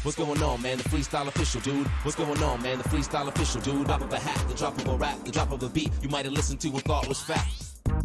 What's going on, man? The freestyle official, dude. What's going on, man? The freestyle official, dude. Drop of a hat, the drop of a rap, the drop of a beat you might have listened to and thought was fact.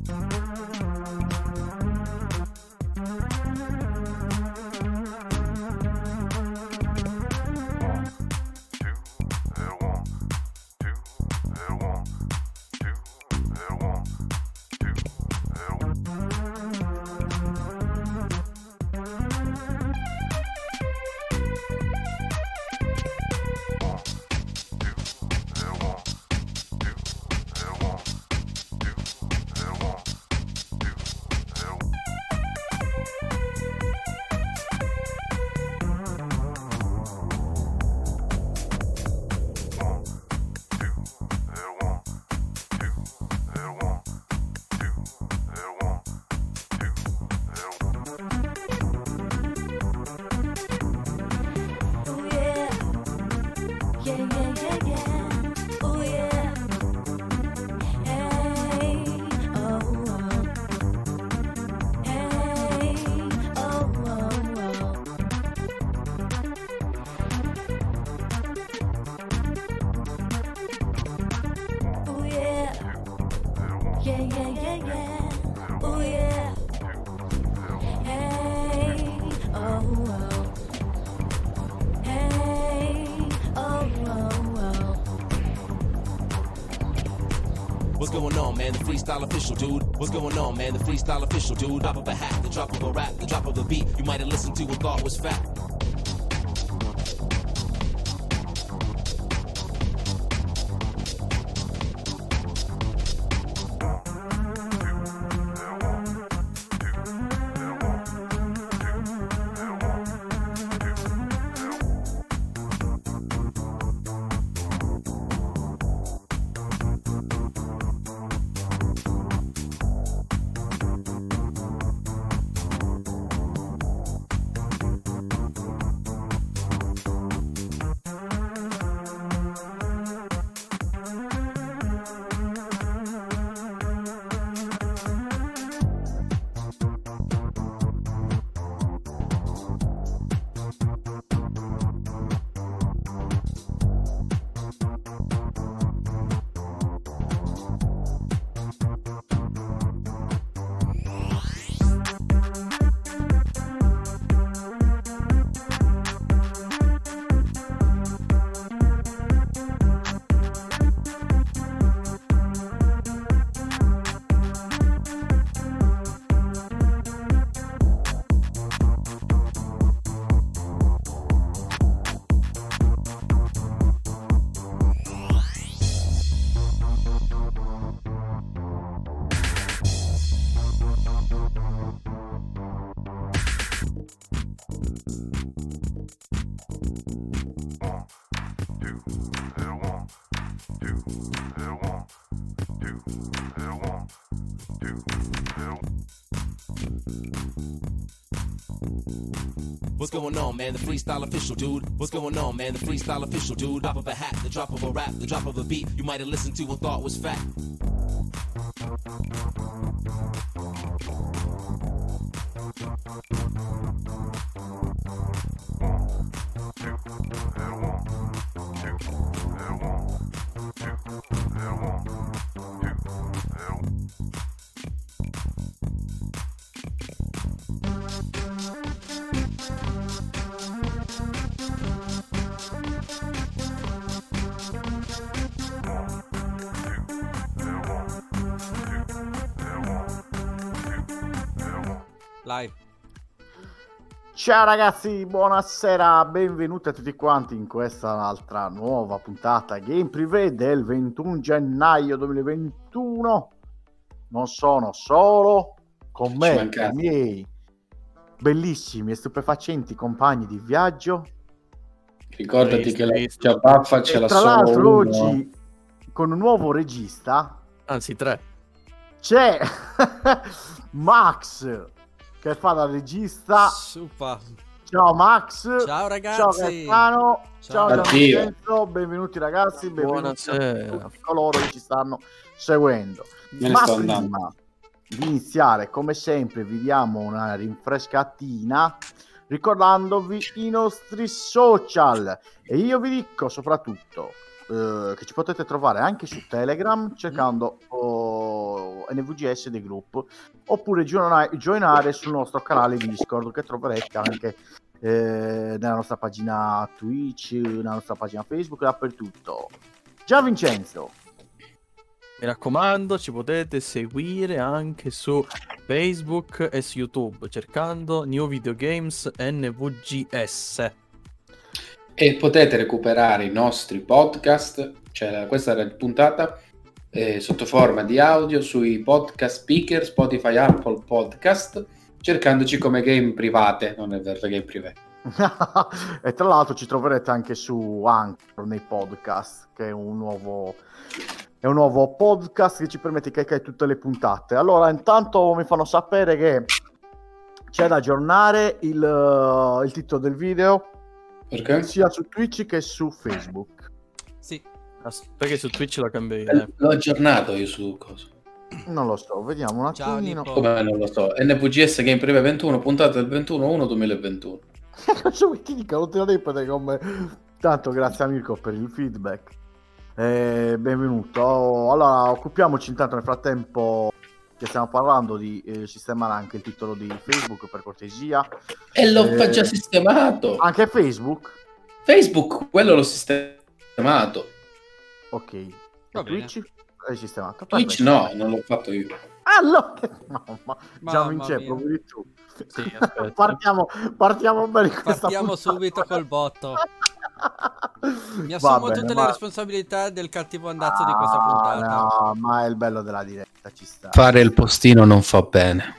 What's going on, man? The freestyle official, dude. What's going on, man? The freestyle official, dude. Drop of a hat, the drop of a rap, the drop of a beat you might have listened to and thought was fact. What's going on, man? The freestyle official, dude. What's going on, man? The freestyle official, dude. Drop of a hat, the drop of a rap, the drop of a beat you might have listened to and thought was fact. Live. Ciao ragazzi, buonasera, benvenuti a tutti quanti in questa altra nuova puntata Game Privé del 21 gennaio 2021. Non sono solo, con me i miei bellissimi e stupefacenti compagni di viaggio. Ricordati che la ciabaffa ce l'ha tra solo l'altro uno. Oggi con un nuovo regista, anzi 3, c'è Max che fa da regista. Super. Ciao Max. Ciao ragazzi. Ciao Gaetano. Ciao Addio. Gianluca. Benvenuti ragazzi. Benvenuti Buonasera. a tutti coloro che ci stanno seguendo. Me ne Ma sto prima andando. di iniziare, come sempre, vi diamo una rinfrescatina ricordandovi i nostri social. E io vi dico soprattutto che ci potete trovare anche su Telegram cercando NVGS The Group, oppure joinare sul nostro canale Discord, che troverete anche nella nostra pagina Twitch, nella nostra pagina Facebook e dappertutto. Ciao Vincenzo, mi raccomando, ci potete seguire anche su Facebook e su YouTube cercando New Video Games NVGS. E potete recuperare i nostri podcast, cioè questa era la puntata, sotto forma di audio sui podcast speaker, Spotify, Apple Podcast, cercandoci come Game Private, non è vero, Game Privé. E tra l'altro ci troverete anche su Anchor nei podcast, che è un nuovo podcast che ci permette di caricare tutte le puntate. Allora, intanto mi fanno sapere che c'è da aggiornare il titolo del video. Perché? Sia su Twitch che su Facebook. Sì. Perché su Twitch la cambio. L'ho aggiornato io su cosa? Non lo so, vediamo un attimino. Come non lo so. NVGS Game Privé 21, puntata del 21/1/2021. Cosa vuoi che dica? Non te lo ripete come... Tanto grazie a Mirko per il feedback. Benvenuto. Allora, occupiamoci intanto nel frattempo che stiamo parlando di sistemare anche il titolo di Facebook, per cortesia. E l'ho già sistemato. Anche Facebook? Facebook, quello l'ho sistemato. Ok. Va Twitch? Hai sistemato? Twitch no, non l'ho fatto io. Allora, già Vincenzo, proprio tu. Sì, partiamo bene questa Partiamo puntata. subito col botto. Mi assumo tutte le responsabilità del cattivo andazzo di questa puntata. No, ma è il bello della diretta, ci sta. Fare il postino non fa bene.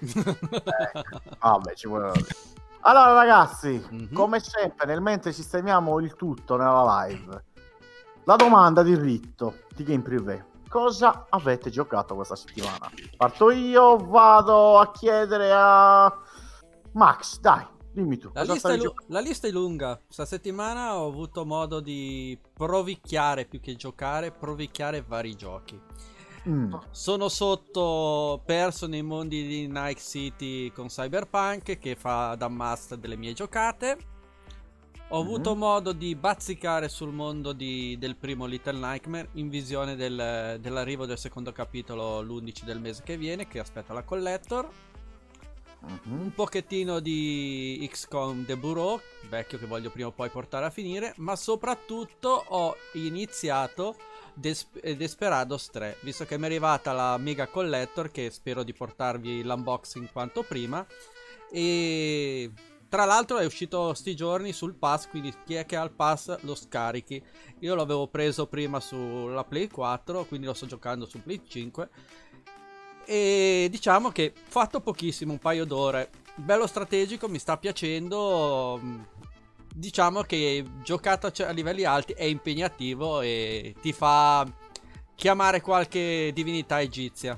Vabbè, ci vuole. Allora ragazzi, come sempre, nel mentre sistemiamo il tutto nella live, la domanda di rito di Game Privé: cosa avete giocato questa settimana? Parto io, vado a chiedere a Max, dai, dimmi tu. La lista è lunga. Questa settimana ho avuto modo di provicchiare più che giocare, provicchiare vari giochi. Sono perso nei mondi di Night City con Cyberpunk, che fa da must delle mie giocate. Ho avuto modo di bazzicare sul mondo del primo Little Nightmare, in visione dell'arrivo del secondo capitolo l'11 del mese che viene, che aspetta la Collector. Un pochettino di XCOM The Bureau, vecchio, che voglio prima o poi portare a finire. Ma soprattutto ho iniziato Desperados 3, visto che mi è arrivata la Mega Collector, che spero di portarvi l'unboxing quanto prima. E tra l'altro è uscito sti giorni sul pass, quindi chi è che ha il pass lo scarichi. Io l'avevo preso prima sulla Play 4, quindi lo sto giocando su Play 5. E diciamo che fatto pochissimo, un paio d'ore, bello strategico, mi sta piacendo. Diciamo che giocato a livelli alti è impegnativo e ti fa chiamare qualche divinità egizia.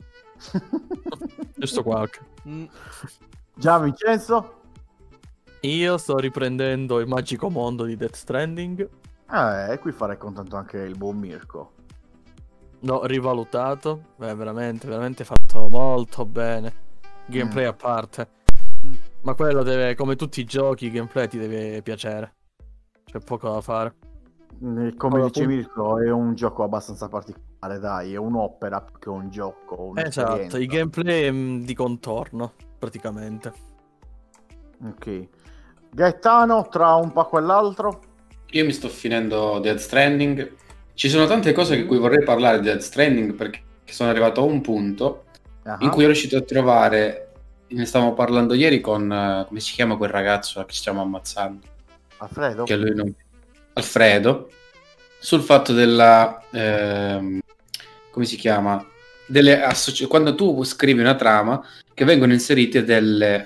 Giusto qualche. Già Vincenzo? Io sto riprendendo il magico mondo di Death Stranding. E qui farei contento anche il buon Mirko. L'ho rivalutato, veramente fatto molto bene. Gameplay a parte. Ma quello deve, come tutti i giochi, il gameplay ti deve piacere. C'è poco da fare. Come dice Mirko, è un gioco abbastanza particolare, dai, è un'opera più che un gioco. Esatto, il gameplay è di contorno, praticamente. Ok. Gaetano, tra un po' quell'altro? Io mi sto finendo Death Stranding. Ci sono tante cose di cui vorrei parlare di Death Stranding, perché sono arrivato a un punto in cui ero riuscito a trovare, ne stavamo parlando ieri con come si chiama quel ragazzo che ci stiamo ammazzando? Alfredo? Che lui non... Alfredo, sul fatto della come si chiama? Quando tu scrivi una trama, che vengono inserite delle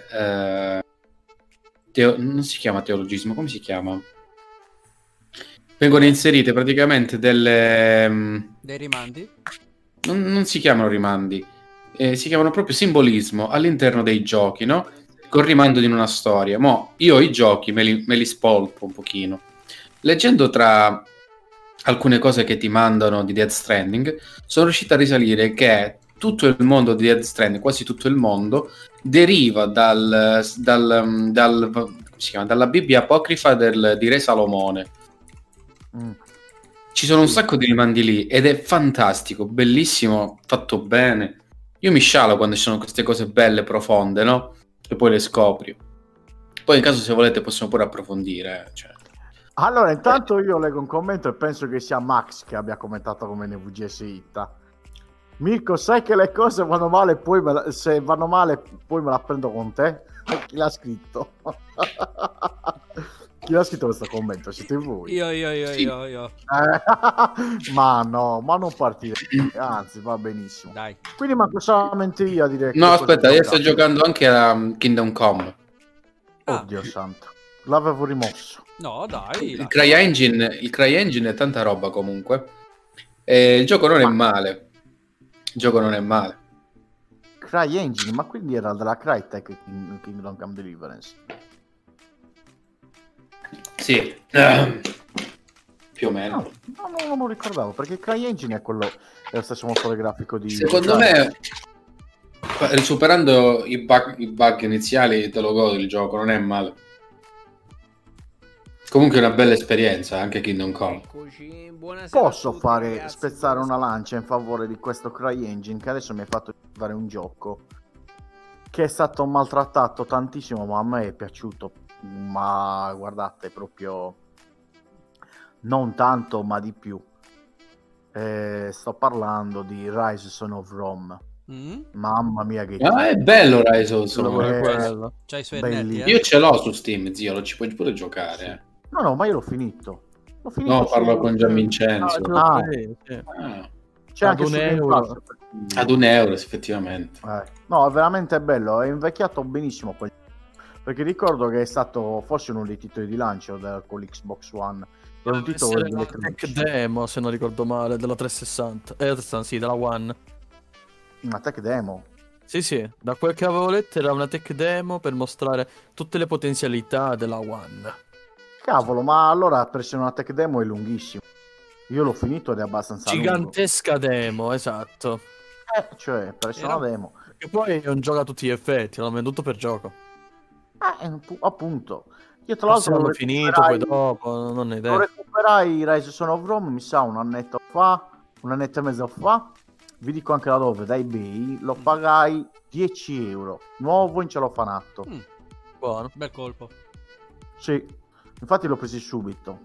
non si chiama teologismo, come si chiama? Vengono inserite praticamente dei rimandi? Non si chiamano rimandi, si chiamano proprio simbolismo all'interno dei giochi, no? Con rimando di una storia. Mo' io i giochi me li spolpo un pochino. Leggendo tra alcune cose che ti mandano di Death Stranding, sono riuscito a risalire che tutto il mondo di Death Stranding, quasi tutto il mondo, deriva dal come si chiama Dalla Bibbia Apocrifa di Re Salomone. Ci sono un sacco di rimandi lì ed è fantastico, bellissimo, fatto bene. Io mi scialo quando ci sono queste cose belle, profonde, no? E poi le scopri. Poi in caso se volete possiamo pure approfondire. Cioè. Allora, intanto io leggo un commento e penso che sia Max che abbia commentato come NVGS Itta. Mirko, sai che le cose vanno male, poi se vanno male poi me la prendo con te? Chi l'ha scritto? Chi l'ha scritto questo commento? Siete voi? Io. Ma no, ma non partire. Anzi, va benissimo. Dai. Quindi manco solamente io a dire. No, aspetta, io sto giocando anche a Kingdom Come. Oddio santo, l'avevo rimosso. No, dai. Il CryEngine è tanta roba comunque. E il gioco non è male. Il gioco non è male. CryEngine, ma quindi era della Crytek Kingdom Come Deliverance. Sì, più o meno. No, non ricordavo, perché CryEngine è lo stesso motore grafico di... Secondo me, superando i bug iniziali, te lo godi il gioco, non è male. Comunque è una bella esperienza, anche Kingdom Come. Posso spezzare una lancia in favore di questo CryEngine, che adesso mi ha fatto fare un gioco che è stato maltrattato tantissimo, ma a me è piaciuto. Ma guardate, proprio non tanto, ma di più. Sto parlando di Rise Son of Rome. Mamma mia che è bello Rise of Rome. C'hai i suoi netti, Io ce l'ho su Steam, zio, lo ci puoi pure giocare. No, ma io l'ho finito. No, parlo con Gian Vincenzo. C'è anche ad €1. Ad €1, effettivamente. No, è veramente bello. È invecchiato benissimo quel... Perché ricordo che è stato forse uno dei titoli di lancio con l'Xbox One. È un titolo della tech demo, se non ricordo male, della 360. Sì, della One. Una tech demo? Sì, da quel che avevo letto era una tech demo per mostrare tutte le potenzialità della One. Cavolo, ma allora per essere una tech demo è lunghissimo. Io l'ho finito ed è abbastanza gigantesca lungo. Demo, esatto. Cioè, per essere una demo. E poi non gioca a tutti gli effetti, l'hanno venduto per gioco. Appunto. Io tra l'altro l'ho finito poi dopo, non ne idea. Lo recuperai Rise Son of Rome, mi sa un annetto e mezzo fa. Vi dico anche da dove, da eBay. Lo pagai €10, nuovo in celofanato. Buono, bel colpo. Sì, infatti l'ho presi subito.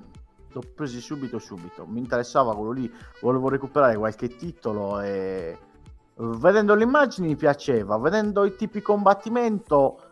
Mi interessava quello lì, volevo recuperare qualche titolo e vedendo le immagini mi piaceva, vedendo i tipi combattimento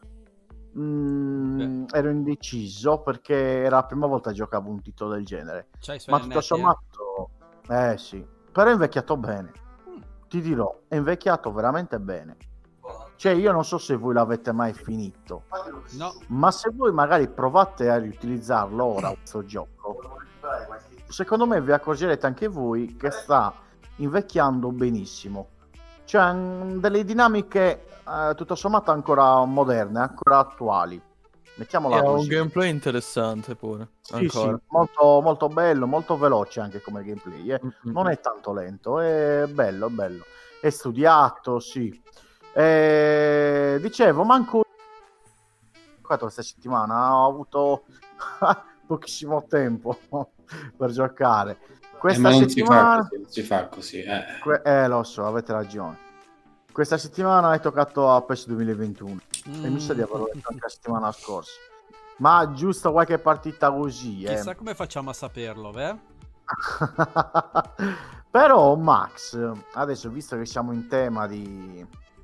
ero indeciso perché era la prima volta che giocavo un titolo del genere. Ma tutto sommato sì, però è invecchiato bene. Ti dirò, è invecchiato veramente bene. Cioè io non so se voi l'avete mai finito, no, ma se voi magari provate a riutilizzarlo ora questo gioco, secondo me vi accorgerete anche voi che sta invecchiando benissimo. Cioè delle dinamiche tutto sommato ancora moderne, ancora attuali. Mettiamola così. Un gameplay interessante pure. Sì, molto, molto bello, molto veloce anche come gameplay. Non è tanto lento, è bello. È studiato, sì. Dicevo, manco questa settimana ho avuto pochissimo tempo per giocare. Questa settimana si fa così. Lo so, avete ragione. Questa settimana è toccato a PES 2021 e mi sa di averlo detto anche la settimana scorsa. Ma giusto qualche partita così. Chissà come facciamo a saperlo, beh? Però Max, adesso visto che siamo in tema di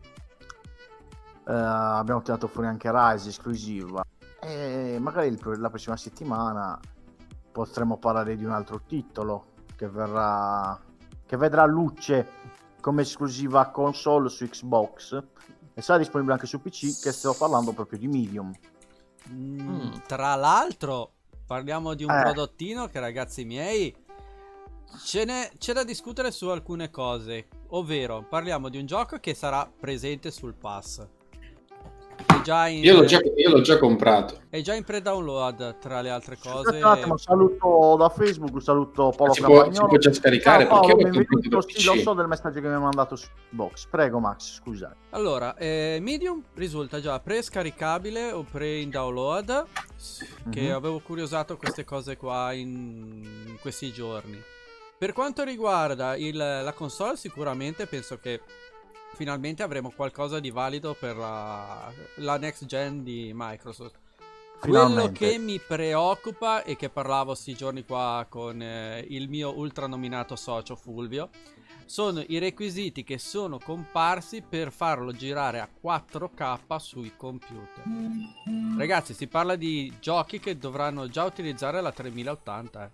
abbiamo tirato fuori anche Rise esclusiva e magari la prossima settimana potremo parlare di un altro titolo che vedrà luce come esclusiva console su Xbox e sarà disponibile anche su PC, che sto parlando proprio di Medium. Tra l'altro parliamo di un prodottino che, ragazzi miei, c'è da discutere su alcune cose, ovvero parliamo di un gioco che sarà presente sul pass. Il già in... Io l'ho già comprato. È già in pre-download, tra le altre cose. Un attimo, saluto da Facebook, saluto Paolo Si può Campagnolo. già scaricare. Ciao Paolo, perché io l'ho comprato benvenuto. per Sì, lo PC. so del messaggio che mi ha mandato su Xbox. Prego Max, scusa. Allora, Medium risulta già pre-scaricabile o pre-in download, che avevo curiosato queste cose qua in questi giorni. Per quanto riguarda la console, sicuramente penso che finalmente avremo qualcosa di valido per la next gen di Microsoft. Quello che mi preoccupa e che parlavo sti giorni qua con il mio ultranominato socio Fulvio sono i requisiti che sono comparsi per farlo girare a 4K sui computer. Ragazzi, si parla di giochi che dovranno già utilizzare la 3080.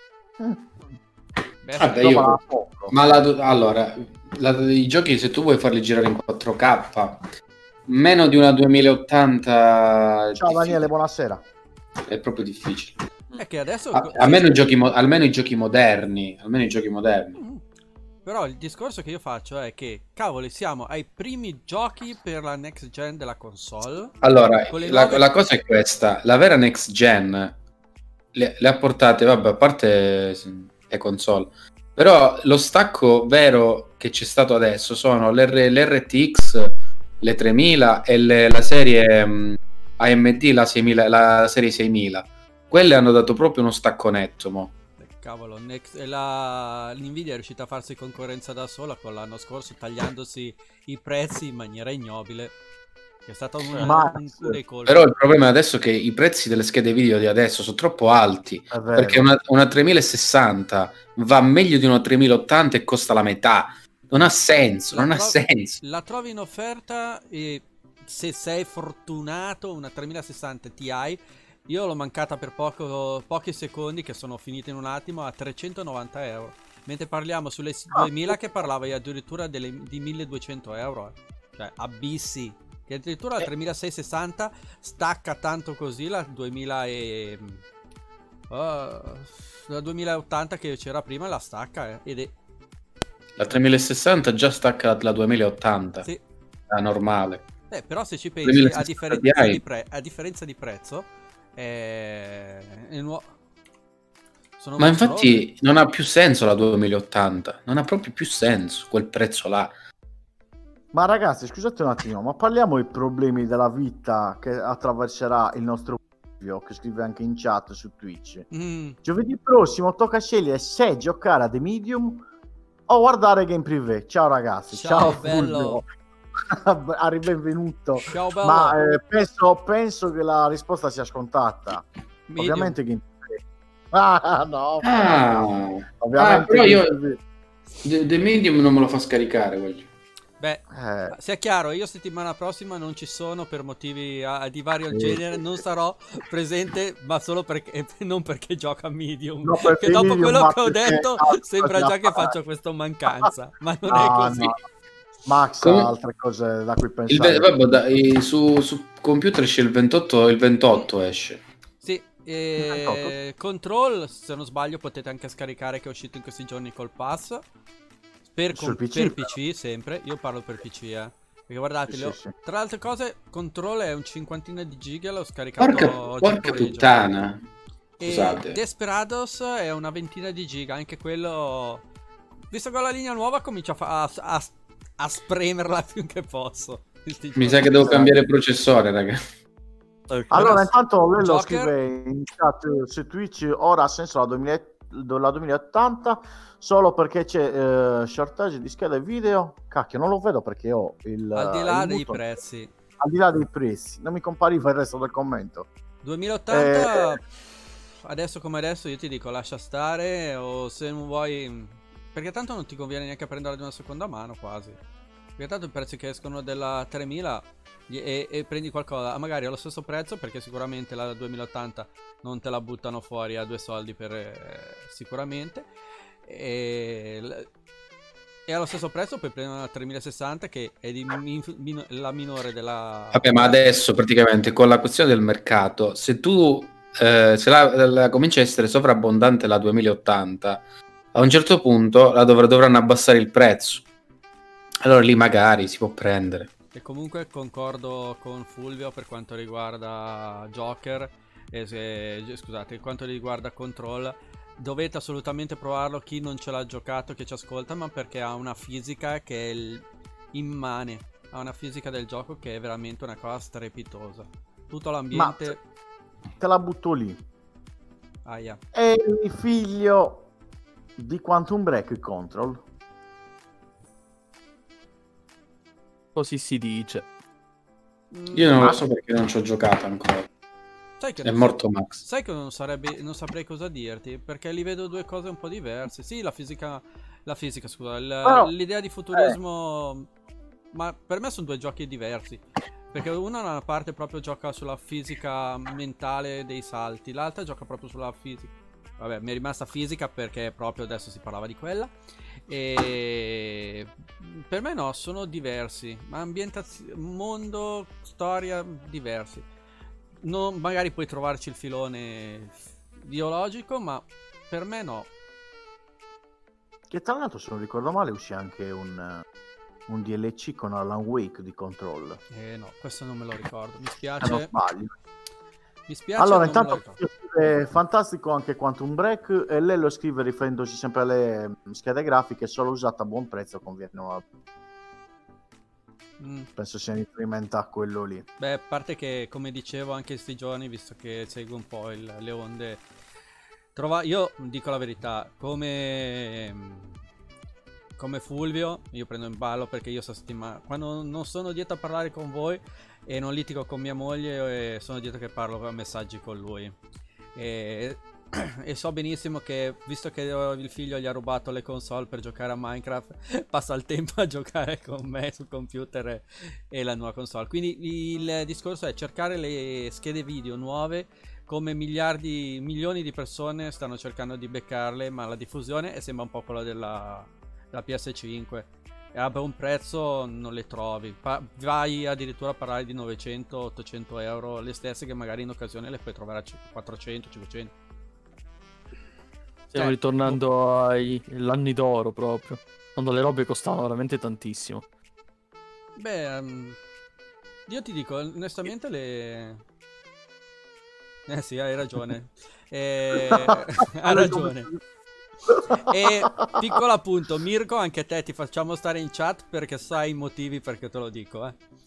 Guarda, allora, i giochi, se tu vuoi farli girare in 4K, meno di una 2080. Ciao Daniele, buonasera. È proprio difficile. È che adesso almeno i giochi moderni. Però il discorso che io faccio è che, cavoli, siamo ai primi giochi per la next gen della console. Allora, la cosa è questa: la vera next gen le ha portate, vabbè, a parte le console, però lo stacco vero che c'è stato adesso sono l'RTX, le 3000 e la serie AMD, la serie 6000. Quelle hanno dato proprio uno stacco netto, mo. Cavolo, l'Nvidia è riuscita a farsi concorrenza da sola con l'anno scorso, tagliandosi i prezzi in maniera ignobile. Che è stato un dei colpi. Però il problema adesso è che i prezzi delle schede video di adesso sono troppo alti, perché una 3060 va meglio di una 3080 e costa la metà. Non ha senso, La trovi in offerta e se sei fortunato una 3060 Ti, io l'ho mancata per pochi secondi, che sono finiti in un attimo, a 390 euro. Mentre parliamo sulle 2000 che parlavi addirittura di 1200 euro. Cioè, abissi. Che addirittura la 3660 stacca tanto così, la 2080 che c'era prima la stacca. La 3060 già stacca la 2080. Sì. È normale. Però se ci pensi, a differenza di prezzo, ma infatti non ha più senso la 2080. Non ha proprio più senso quel prezzo là. Ma ragazzi, scusate un attimo, ma parliamo dei problemi della vita che attraverserà il nostro Fulvio, che scrive anche in chat su Twitch. Giovedì prossimo tocca scegliere se giocare a The Medium o guardare Game Privé. Ciao ragazzi, ciao bello. Benvenuto. Ciao bello. Ma penso che la risposta sia scontata. Medium. Ovviamente Game Privé. Ovviamente però io The Medium non me lo fa scaricare quello. Beh, sia chiaro, io settimana prossima non ci sono per motivi di vario genere, non sarò presente, ma solo perché non perché gioco a Medium. No, che dopo quello che ho detto sembra già che faccio questa mancanza, ma non è così. No. Max ha altre cose da cui pensare. Su computer esce il 28 esce. Sì, Control, se non sbaglio potete anche scaricare, che è uscito in questi giorni col pass. Per PC sempre, io parlo per PC, perché guardate, sì. tra le altre cose, Control è un 50 di giga, l'ho scaricato porca puttana. Scusate. Desperados è una 20 di giga, anche quello, visto con la linea nuova, comincio a spremerla più che posso. Mi sa che devo cambiare processore, ragazzi. Allora, intanto lui lo scrive in chat su Twitch, ora ha senso la 2080 solo perché c'è shortage di schede video. Cacchio, non lo vedo perché ho al di là dei prezzi. Al di là dei prezzi, non mi compariva il resto del commento. 2080 adesso come adesso io ti dico lascia stare, o se non vuoi, perché tanto non ti conviene neanche prenderla di una seconda mano quasi, perché tanto i prezzi che escono della 3000 e prendi qualcosa magari allo stesso prezzo, perché sicuramente la 2080 non te la buttano fuori a 2 soldi sicuramente, e allo stesso prezzo puoi prendere una 3060 che è la minore della... Vabbè, ma adesso praticamente con la questione del mercato, se tu se la comincia a essere sovrabbondante la 2080, a un certo punto dovranno abbassare il prezzo, allora lì magari si può prendere. E comunque concordo con Fulvio per quanto riguarda Joker scusate, per quanto riguarda Control, dovete assolutamente provarlo chi non ce l'ha giocato, che ci ascolta, ma perché ha una fisica che è immane, ha una fisica del gioco che è veramente una cosa strepitosa. Tutto l'ambiente... te la butto lì. Aia. È il figlio di Quantum Break Control? Così si dice. Io non lo so perché non ci ho giocato ancora. Sai che è morto Max. Sai che non saprei cosa dirti, perché li vedo due cose un po' diverse. Sì, la fisica scusa, l'idea di futurismo, ma per me sono due giochi diversi. Perché una da una parte proprio gioca sulla fisica mentale dei salti, l'altra gioca proprio sulla fisica. Vabbè, mi è rimasta fisica perché proprio adesso si parlava di quella. E per me no, sono diversi, ma mondo, storia diversi. Magari puoi trovarci il filone ideologico, ma per me no. Che tra l'altro, se non ricordo male, uscì anche un DLC con Alan Wake di Control. No, questo non me lo ricordo, mi spiace. Non sbaglio. Mi spiace. Allora, intanto è fantastico anche Quantum Break, e lei lo scrive riferendosi sempre alle schede grafiche, solo usata a buon prezzo conviene una... Penso sia in riferimento a quello lì. Beh, a parte che, come dicevo anche in sti giorni, visto che seguo un po' le onde, io dico la verità, come Fulvio, io prendo in ballo perché io quando non sono dietro a parlare con voi e non litigo con mia moglie, e sono dietro che parlo a messaggi con lui, e so benissimo che, visto che il figlio gli ha rubato le console per giocare a Minecraft, passa il tempo a giocare con me sul computer e la nuova console. Quindi il discorso è cercare le schede video nuove, come milioni di persone stanno cercando di beccarle, ma la diffusione sembra un po' quella della PS5, e a buon prezzo non le trovi. Vai addirittura a parlare di 900-800 euro, le stesse che magari in occasione le puoi trovare a 400-500. Stiamo ritornando agli anni d'oro proprio, quando le robe costavano veramente tantissimo. Beh, io ti dico onestamente sì, hai ragione. Hai ragione. E piccolo appunto, Mirko, anche te ti facciamo stare in chat perché sai i motivi perché te lo dico,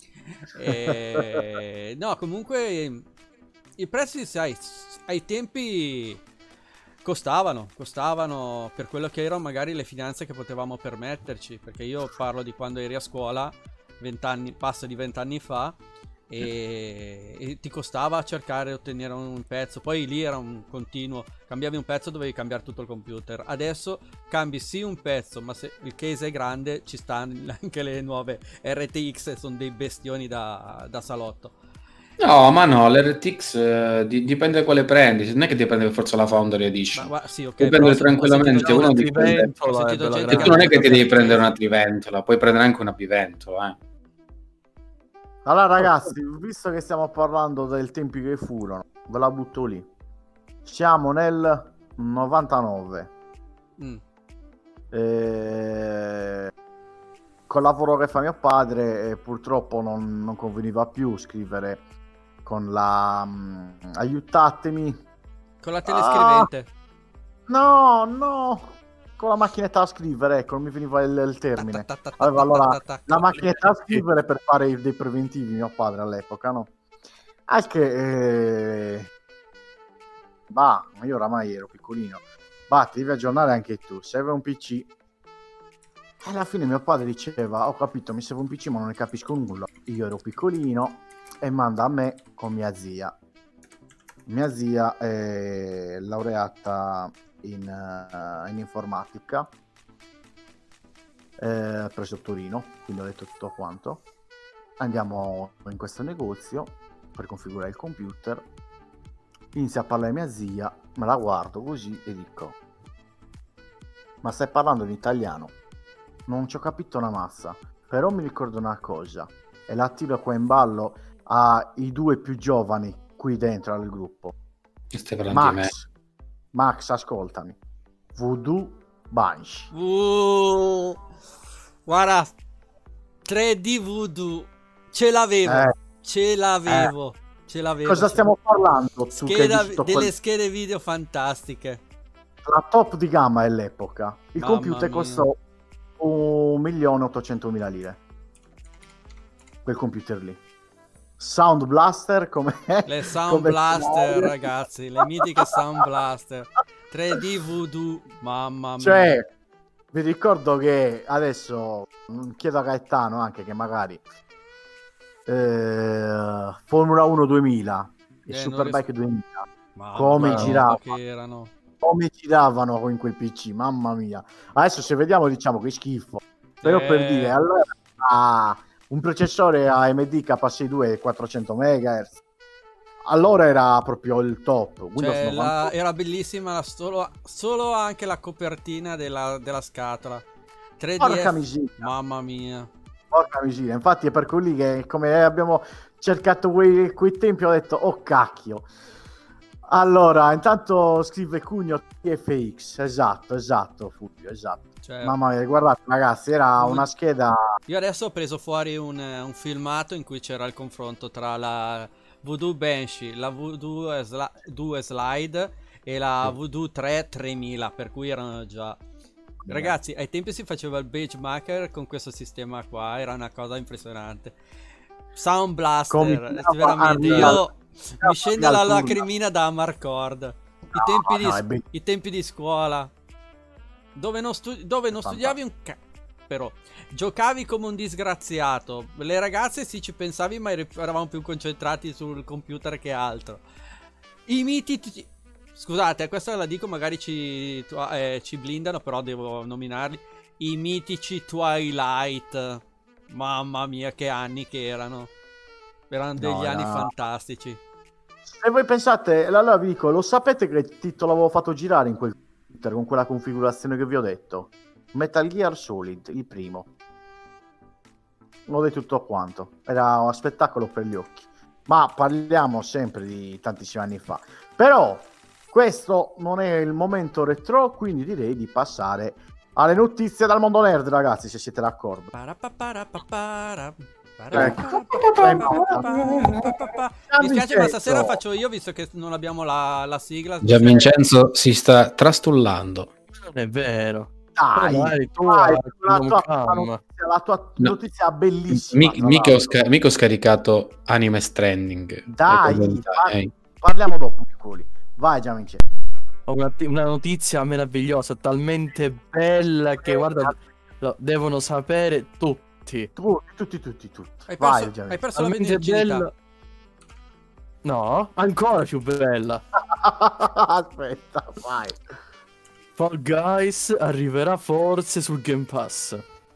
no, comunque i prezzi, sai, ai tempi costavano per quello che erano magari le finanze che potevamo permetterci, perché io parlo di quando eri a scuola, 20 anni fa, e ti costava cercare di ottenere un pezzo, poi lì era un continuo, cambiavi un pezzo dovevi cambiare tutto il computer. Adesso cambi sì un pezzo, ma se il case è grande ci stanno anche le nuove RTX, sono dei bestioni da salotto. No, ma no, l'RTX dipende da quale prendi, non è che devi prendere per forza la Foundry Edition. Sì, ok, puoi prendere tranquillamente una triventola, tu non è che ti devi prendere una triventola, puoi prendere anche una biventola, Allora ragazzi, visto che stiamo parlando del tempi che furono, ve la butto lì. Siamo nel 99. Col lavoro che fa mio padre, purtroppo non conveniva più scrivere con la aiutatemi, con la telescrivente. No, con la macchinetta da scrivere, ecco, non mi veniva il termine. Allora, la macchinetta da scrivere per fare dei preventivi, mio padre all'epoca, no? Anche io oramai ero piccolino. Ti devi aggiornare anche tu, serve un PC. E alla fine mio padre diceva: ho capito, mi serve un PC ma non ne capisco nulla. Io ero piccolino e manda a me con mia zia. Mia zia è laureata in informatica presso Torino, quindi ho detto tutto quanto. Andiamo in questo negozio per configurare il computer, inizia a parlare mia zia, me la guardo così e dico: ma stai parlando in italiano? Non ci ho capito una massa, però mi ricordo una cosa, e la tiro qua in ballo ai due più giovani qui dentro al gruppo. Stai parlando di me? Max, ascoltami. Voodoo Banshee. Guarda, 3D Voodoo. Ce l'avevo. Cosa stiamo parlando? Delle schede video fantastiche. La top di gamma all'epoca. Il Mamma computer mia. costò 1.800.000 lire. Quel computer lì. Sound Blaster come Le Sound Blaster, ragazzi, le mitiche Sound Blaster. 3D Voodoo, mamma mia. Cioè, vi ricordo che adesso chiedo a Gaetano anche che magari Formula 1 2000 e Superbike 2000 come giravano. Come giravano in quel PC, mamma mia. Adesso se vediamo diciamo che schifo. Però per dire, allora un processore AMD K62 400 MHz. Allora era proprio il top. Era bellissima solo anche la copertina della scatola. 3D. Porca miseria. Mamma mia. Porca miseria. Infatti è per quelli che come abbiamo cercato quei tempi ho detto oh cacchio. Allora, intanto scrive Cugno TFX, esatto, Fulvio, esatto. Cioè, mamma mia, guardate ragazzi, era una scheda... Io adesso ho preso fuori un filmato in cui c'era il confronto tra la Voodoo Banshee, la Voodoo 2 Slide e la Voodoo 3 3000, per cui erano già... Ragazzi, ai tempi si faceva il benchmarker con questo sistema qua, era una cosa impressionante. Sound Blaster, veramente, io... Mi scende la lacrimina da Amarcord. I tempi di scuola dove non studiavi un però giocavi come un disgraziato. Le ragazze sì ci pensavi, ma eravamo più concentrati sul computer che altro. I miti scusate, questa la dico, magari ci blindano, però devo nominarli. I mitici Twilight. Mamma mia, che anni che erano. Erano degli anni fantastici. Se voi pensate, allora vi dico, lo sapete che titolo avevo fatto girare in quel computer con quella configurazione che vi ho detto? Metal Gear Solid, il primo. L'ho detto tutto quanto. Era uno spettacolo per gli occhi. Ma parliamo sempre di tantissimi anni fa. Però questo non è il momento retro, quindi direi di passare alle notizie dal mondo nerd, ragazzi, se siete d'accordo. Mi spiace, ma stasera faccio io, visto che non abbiamo la sigla. Gianvincenzo si sta trastullando. Non è vero. Dai, la tua notizia bellissima. Mica ho scaricato Anime Stranding. Dai, parliamo dopo di quelli. Vai Gianvincenzo. Ho una notizia meravigliosa, talmente bella che guarda, devono sapere tutti. Tutti. Hai perso la verginità. No, ancora più bella. Aspetta, vai. Fall Guys arriverà forse sul Game Pass.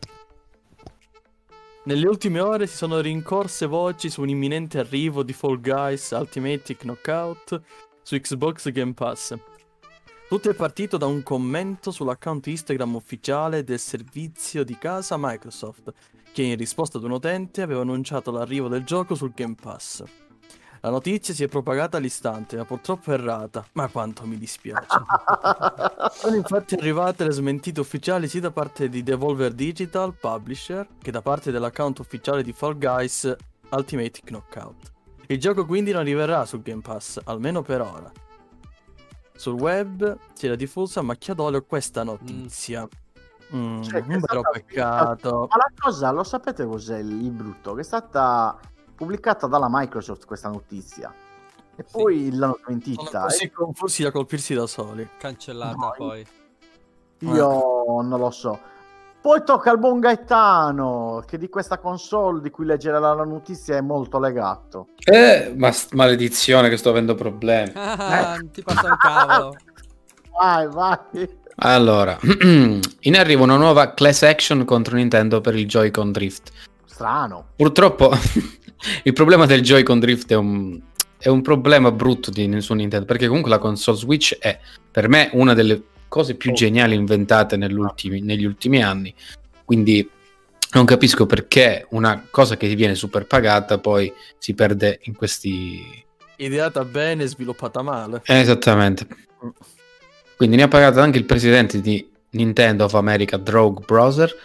Nelle ultime ore si sono rincorse voci su un imminente arrivo di Fall Guys Ultimate Knockout su Xbox Game Pass. Tutto è partito da un commento sull'account Instagram ufficiale del servizio di casa Microsoft, che in risposta ad un utente aveva annunciato l'arrivo del gioco sul Game Pass. La notizia si è propagata all'istante, ma purtroppo è errata. Ma quanto mi dispiace. Sono infatti arrivate le smentite ufficiali sia da parte di Devolver Digital, publisher, che da parte dell'account ufficiale di Fall Guys Ultimate Knockout. Il gioco quindi non arriverà sul Game Pass, almeno per ora. Sul web si era diffusa a macchia d'olio questa notizia. Un vero peccato. Ma la cosa, lo sapete cos'è il brutto? Che è stata pubblicata dalla Microsoft questa notizia e poi l'hanno smentita. Sono così confusi da colpirsi da soli. Cancellata poi. Io non lo so. Poi tocca al buon Gaetano, che di questa console di cui leggere la notizia è molto legato. Ma maledizione che sto avendo problemi. Ti passa un cavolo. Vai. Allora, in arrivo una nuova class action contro Nintendo per il Joy-Con Drift. Strano. Purtroppo il problema del Joy-Con Drift è un problema brutto su Nintendo, perché comunque la console Switch è per me una delle cose più geniali inventate negli ultimi anni, quindi non capisco perché una cosa che viene super pagata poi si perde in questi... Ideata bene e sviluppata male. Esattamente. Quindi ne ha pagata anche il presidente di Nintendo of America, Doug Browser,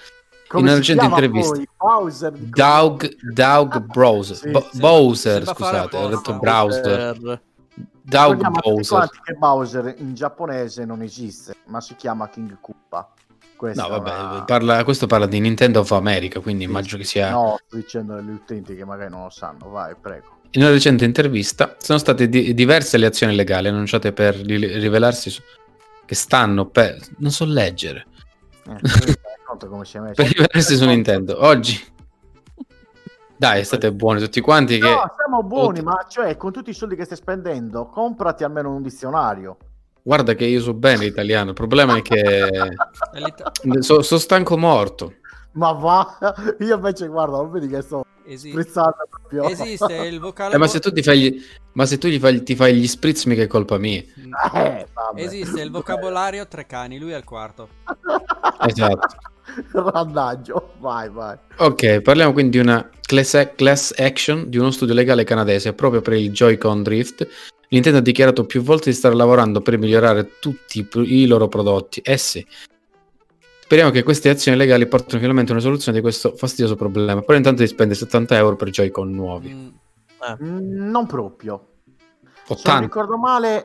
Come in una si recente chiama intervista poi? Bowser di Doug Browser Sì, Bowser, sembra fare scusate, ho detto apposta. Browser. Per- Doug Ricordiamo a tutti Bowser. quanti che Bowser in giapponese non esiste, ma si chiama King Koopa. Questa No, è vabbè, una... questo parla di Nintendo of America, quindi Sì, immagino che sì. sia... No, sto dicendo agli utenti che magari non lo sanno. Vai, prego. In una recente intervista sono state diverse le azioni legali annunciate per rivelarsi che stanno per... non so leggere. Conto come si è messo. Per rivelarsi su Nintendo. Oggi... Dai, state buoni tutti quanti che... No, siamo buoni, ma cioè con tutti i soldi che stai spendendo, comprati almeno un dizionario. Guarda che io so bene l'italiano, il problema è che sono stanco morto. Ma va, io invece guarda, non vedi che sto sprizzando proprio. Esiste il vocale ma se tu ti fai ti fai gli spritz, mica è colpa mia. Vabbè. Esiste il vocabolario tre cani, lui è il quarto. Esatto. Randaggio, vai. Ok, parliamo quindi di una class action di uno studio legale canadese proprio per il Joy-Con Drift. Nintendo ha dichiarato più volte di stare lavorando per migliorare tutti i loro prodotti. Sì. Speriamo che queste azioni legali portino finalmente a una soluzione di questo fastidioso problema. Però intanto di spendere 70 euro per Joy-Con nuovi. Non proprio. 80. Se non ricordo male,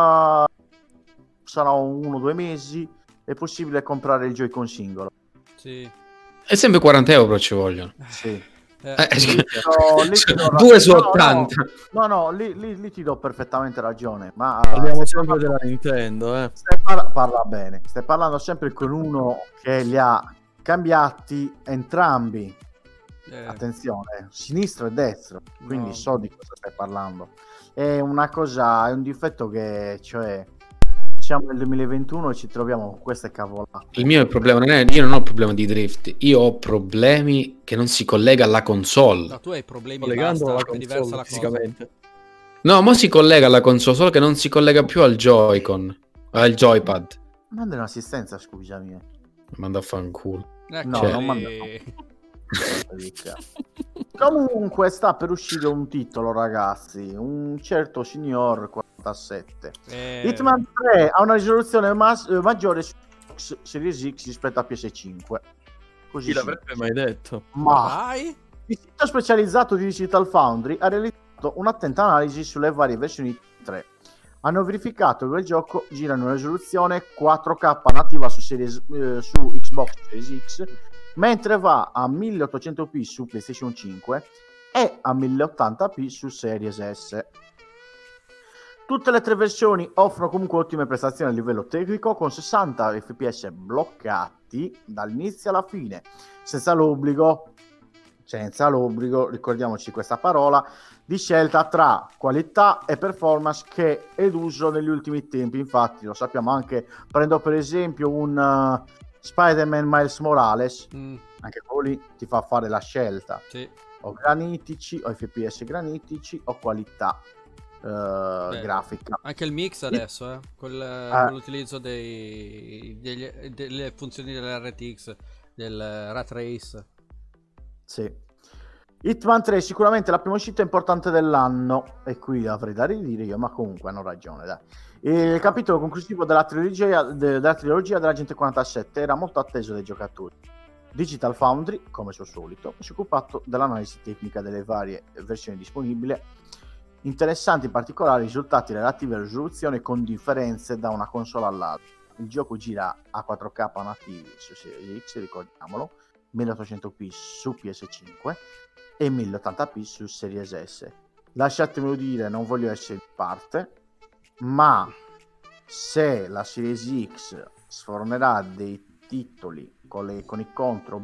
sarà 1 o 2 mesi è possibile comprare il Joy-Con singolo. Sì. E sempre 40 euro ci vogliono. Sì. Lì 2 su 80. No, lì ti do perfettamente ragione. Ma parliamo sempre della Nintendo, parla bene. Stai parlando sempre con uno che li ha cambiati entrambi. Attenzione, sinistro e destro. Quindi so di cosa stai parlando. È una cosa, è un difetto che, cioè, siamo nel 2021 e ci troviamo con queste cavolate. Il mio problema non è, io non ho problema di drift, io ho problemi che non si collega alla console. No, tu hai problemi collegando basta, la è diversa console la fisicamente. No, ma si collega alla console, solo che non si collega più al Joy-Con, al Joypad. Manda un'assistenza, scusami. Manda a fanculo. No, non manda. Comunque sta per uscire un titolo, ragazzi, un certo signor 47. Hitman 3 ha una risoluzione maggiore su Series X rispetto a PS5. Così chi l'avrebbe mai detto? Ma il sito specializzato di Digital Foundry ha realizzato un'attenta analisi sulle varie versioni 3. Hanno verificato che il gioco gira in una risoluzione 4K nativa su Xbox Series X, mentre va a 1800p su PlayStation 5 e a 1080p su Series S. Tutte le tre versioni offrono comunque ottime prestazioni a livello tecnico, con 60 fps bloccati dall'inizio alla fine, senza l'obbligo, ricordiamoci questa parola, di scelta tra qualità e performance che è d'uso negli ultimi tempi. Infatti lo sappiamo anche, prendo per esempio un Spider-Man Miles Morales, anche quello lì ti fa fare la scelta, o granitici, o fps granitici, o qualità grafica. Anche il mix adesso con l'utilizzo delle funzioni dell'RTX, del Ray Trace. Sì. Hitman 3 è sicuramente la prima uscita importante dell'anno, e qui avrei da ridire io, ma comunque hanno ragione, dai. Il capitolo conclusivo della trilogia dell'Agente 47 era molto atteso dai giocatori. Digital Foundry, come al suo solito, si è occupato dell'analisi tecnica delle varie versioni disponibili. Interessanti in particolare i risultati relativi alla risoluzione con differenze da una console all'altra. Il gioco gira a 4K nativi su Series X, ricordiamolo, 1800p su PS5 e 1080p su Series S. Lasciatemelo dire, non voglio essere di parte, ma se la Series X sfornerà dei titoli con i contro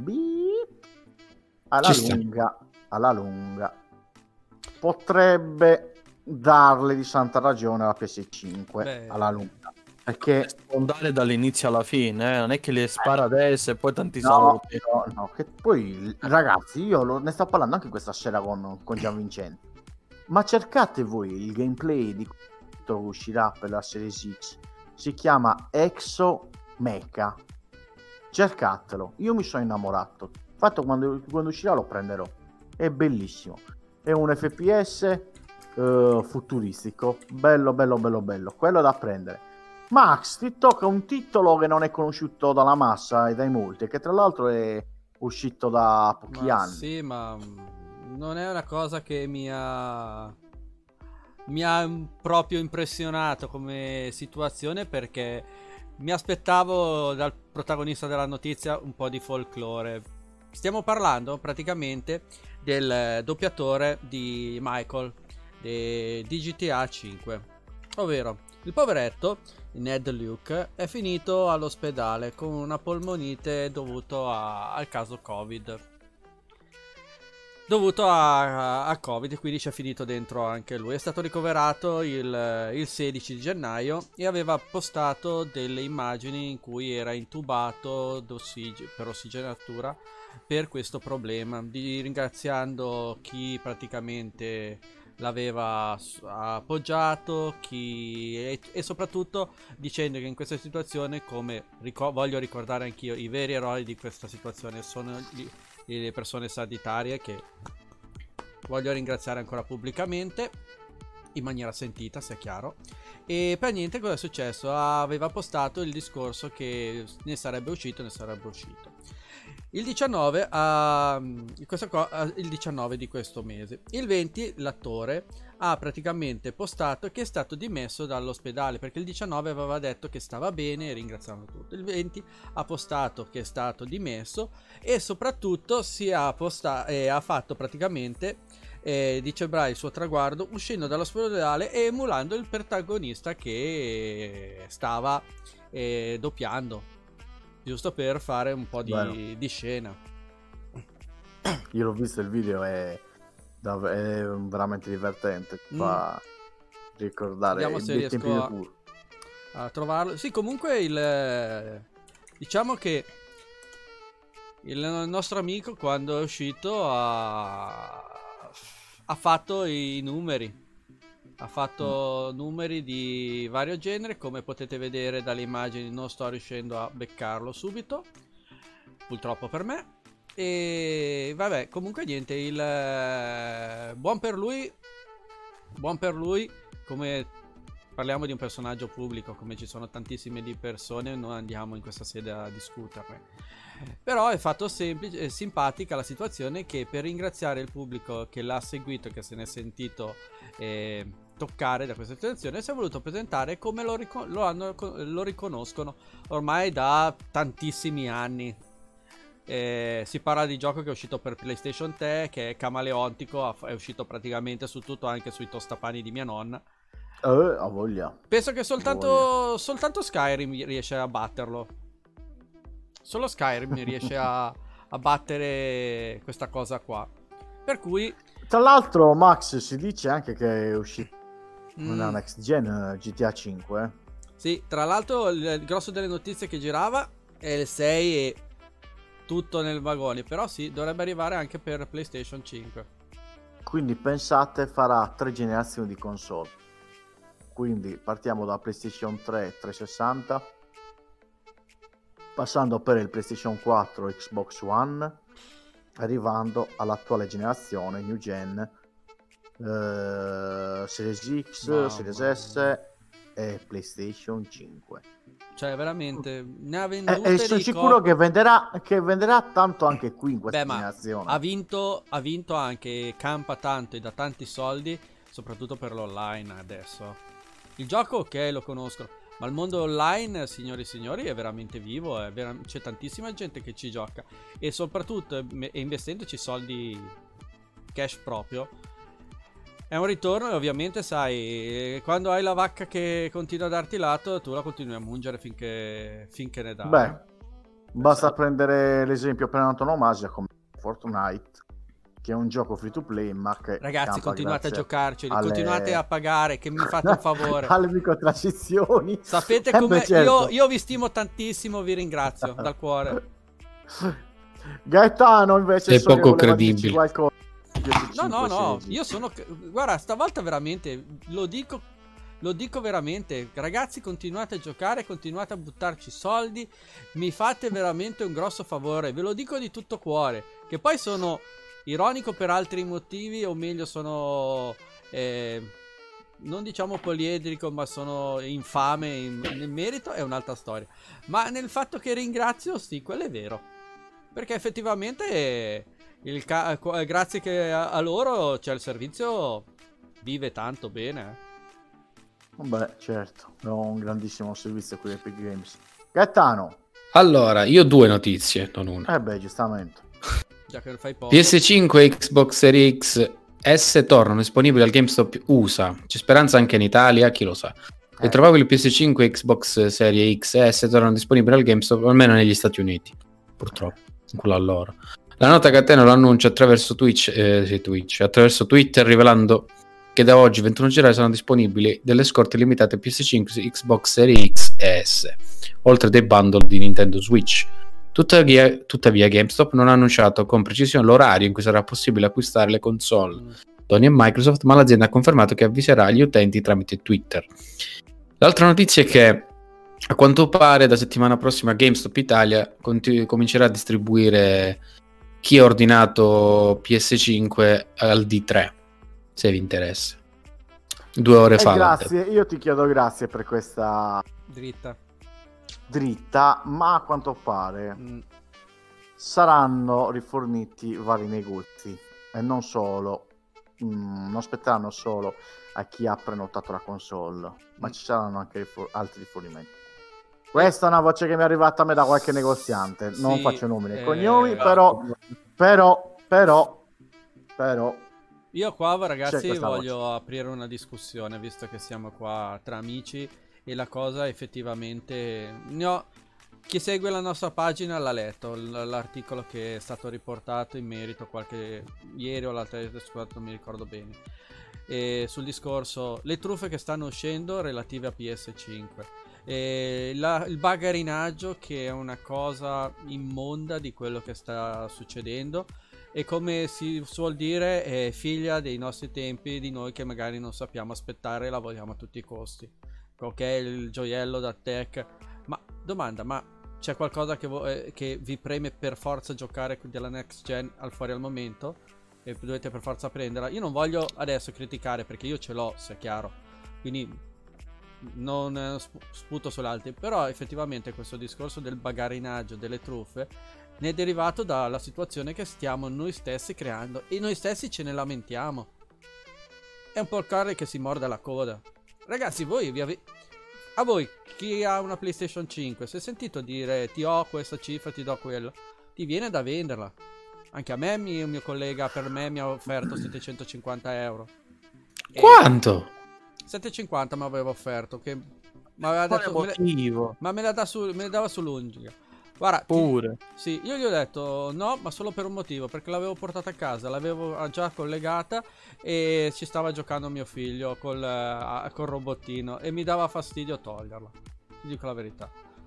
alla lunga potrebbe darle di santa ragione alla PS5 alla lunga, perché andare dall'inizio alla fine, non è che le spara adesso e poi tanti saluti. No, che poi ragazzi, io ne sto parlando anche questa sera con Gianvincente, ma cercate voi il gameplay di questo che uscirà per la Series X, si chiama Exo Mecha, cercatelo, io mi sono innamorato, infatti quando uscirà lo prenderò, è bellissimo, è un FPS futuristico, bello, quello da prendere. Max, ti tocca un titolo che non è conosciuto dalla massa e dai molti, che tra l'altro è uscito da pochi anni. Sì, ma non è una cosa che mi ha proprio impressionato come situazione, perché mi aspettavo dal protagonista della notizia un po' di folklore. Stiamo parlando praticamente del doppiatore di Michael di GTA 5, ovvero il poveretto Ned Luke è finito all'ospedale con una polmonite dovuto al caso Covid. Dovuto a Covid, quindi c'è finito dentro anche lui. È stato ricoverato il 16 di gennaio e aveva postato delle immagini in cui era intubato per ossigenatura per questo problema, ringraziando chi praticamente l'aveva appoggiato, e soprattutto dicendo che in questa situazione, come voglio ricordare anch'io, i veri eroi di questa situazione sono le persone sanitarie, che voglio ringraziare ancora pubblicamente in maniera sentita, sia chiaro. E per niente, cosa è successo? Aveva postato il discorso che ne sarebbe uscito. Il 19 il 19 di questo mese. Il 20 l'attore ha praticamente postato che è stato dimesso dall'ospedale, perché il 19 aveva detto che stava bene e ringraziando tutto. Il 20 ha postato che è stato dimesso e soprattutto ha fatto praticamente di celebrare il suo traguardo uscendo dall'ospedale e emulando il protagonista che stava doppiando, giusto per fare un po' di scena. Io l'ho visto il video, è veramente divertente, fa ricordare. Vediamo se riesco a trovarlo. Sì, comunque diciamo che il nostro amico, quando è uscito, ha fatto i numeri. Ha fatto numeri di vario genere, come potete vedere dalle immagini. Non sto riuscendo a beccarlo subito, purtroppo per me. E vabbè, comunque niente, buon per lui, come parliamo di un personaggio pubblico, come ci sono tantissime di persone, non andiamo in questa sede a discuterne. Però è fatto simpatica la situazione, che per ringraziare il pubblico che l'ha seguito, che se ne è sentito toccare da questa situazione, si è voluto presentare come lo riconoscono ormai da tantissimi anni. Si parla di gioco che è uscito per PlayStation 3, che è camaleontico, è uscito praticamente su tutto, anche sui tostapani di mia nonna. Ha voglia. Penso che soltanto Skyrim riesce a batterlo. Solo Skyrim riesce a battere questa cosa qua. Per cui, tra l'altro, Max, si dice anche che è uscito una next gen GTA 5. Sì, tra l'altro il grosso delle notizie che girava è il 6 e tutto nel vagone, però sì, dovrebbe arrivare anche per PlayStation 5. Quindi pensate, farà 3 generazioni di console. Quindi partiamo da PlayStation 3 360, passando per il PlayStation 4 Xbox One, arrivando all'attuale generazione New Gen, Series X, Series S e PlayStation 5. Cioè veramente ne ha vendute e sono sicuro che venderà tanto anche qui in questa generazione. Ha vinto anche, campa tanto e da tanti soldi, soprattutto per l'online adesso. Il gioco, ok, lo conosco, ma il mondo online, signori e signori, è veramente vivo, c'è tantissima gente che ci gioca, e soprattutto investendoci soldi cash proprio, è un ritorno. E ovviamente sai, quando hai la vacca che continua a darti lato, tu la continui a mungere finché ne dà. Beh, basta prendere l'esempio per antonomasia come Fortnite, che è un gioco free to play, ma che ragazzi, continuate a giocarci, continuate a pagare, che mi fate un favore. Alle microtransazioni. Sapete come certo. io vi stimo tantissimo, vi ringrazio dal cuore. Gaetano invece è poco credibile. No, io sono, guarda, stavolta veramente lo dico veramente, ragazzi, continuate a giocare, continuate a buttarci soldi, mi fate veramente un grosso favore, ve lo dico di tutto cuore. Che poi sono ironico per altri motivi, o meglio sono non diciamo poliedrico, ma sono infame nel merito, è un'altra storia. Ma nel fatto che ringrazio, sì, quello è vero. Perché effettivamente grazie che a loro, cioè, il servizio vive tanto bene. Vabbè, certo, è un grandissimo servizio qui Epic Games. Gaetano. Allora, io ho 2 notizie, non una. Giustamente. Già che fai poco. PS5 e Xbox Series X S tornano disponibili al GameStop USA. C'è speranza anche in Italia, chi lo sa. Le trovabili PS5 e Xbox Series X e S tornano disponibili al GameStop, almeno negli Stati Uniti. Purtroppo, quello allora. La nota catena lo annuncia attraverso attraverso Twitter, rivelando che da oggi 21 gennaio saranno disponibili delle scorte limitate PS5, Xbox Series X e S, oltre dei bundle di Nintendo Switch. Tuttavia GameStop non ha annunciato con precisione l'orario in cui sarà possibile acquistare le console Sony e Microsoft, ma l'azienda ha confermato che avviserà gli utenti tramite Twitter. L'altra notizia è che a quanto pare da settimana prossima GameStop Italia comincerà a distribuire chi ha ordinato PS5 al D3, se vi interessa. 2 ore fa. Grazie, io ti chiedo grazie per questa dritta, ma a quanto pare saranno riforniti vari negozi e non solo, non spetteranno solo a chi ha prenotato la console, ma ci saranno anche altri rifornimenti. Questa è una voce che mi è arrivata a me da qualche negoziante, non faccio nomi né cognomi, però io qua, ragazzi, voglio aprire una discussione, visto che siamo qua tra amici, e la cosa effettivamente... Chi segue la nostra pagina l'ha letto, l'articolo che è stato riportato in merito ieri o l'altra volta, non mi ricordo bene, e sul discorso le truffe che stanno uscendo relative a PS5. Il bagarinaggio, che è una cosa immonda di quello che sta succedendo, e come si suol dire è figlia dei nostri tempi, di noi che magari non sappiamo aspettare e la vogliamo a tutti i costi. Ok, il gioiello da tech. Ma domanda, ma c'è qualcosa che vi preme per forza giocare della next gen fuori al momento e dovete per forza prenderla? Io non voglio adesso criticare, perché io ce l'ho, se è chiaro, quindi non sputo sull'altri, però effettivamente questo discorso del bagarinaggio, delle truffe, ne è derivato dalla situazione che stiamo noi stessi creando, e noi stessi ce ne lamentiamo. È un po' il cane che si morde la coda. Ragazzi, a voi, chi ha una PlayStation 5, si è sentito dire ti ho questa cifra, ti do quella? Ti viene da venderla. Anche a me, il mio collega per me mi ha offerto 750 euro. Quanto? 750 mi aveva offerto, che mi aveva detto, ma me la dava sull'ungiga. Guarda, pure. Sì, io gli ho detto no, ma solo per un motivo, perché l'avevo portata a casa, l'avevo già collegata e ci stava giocando mio figlio col robottino e mi dava fastidio toglierla. Ti dico la verità.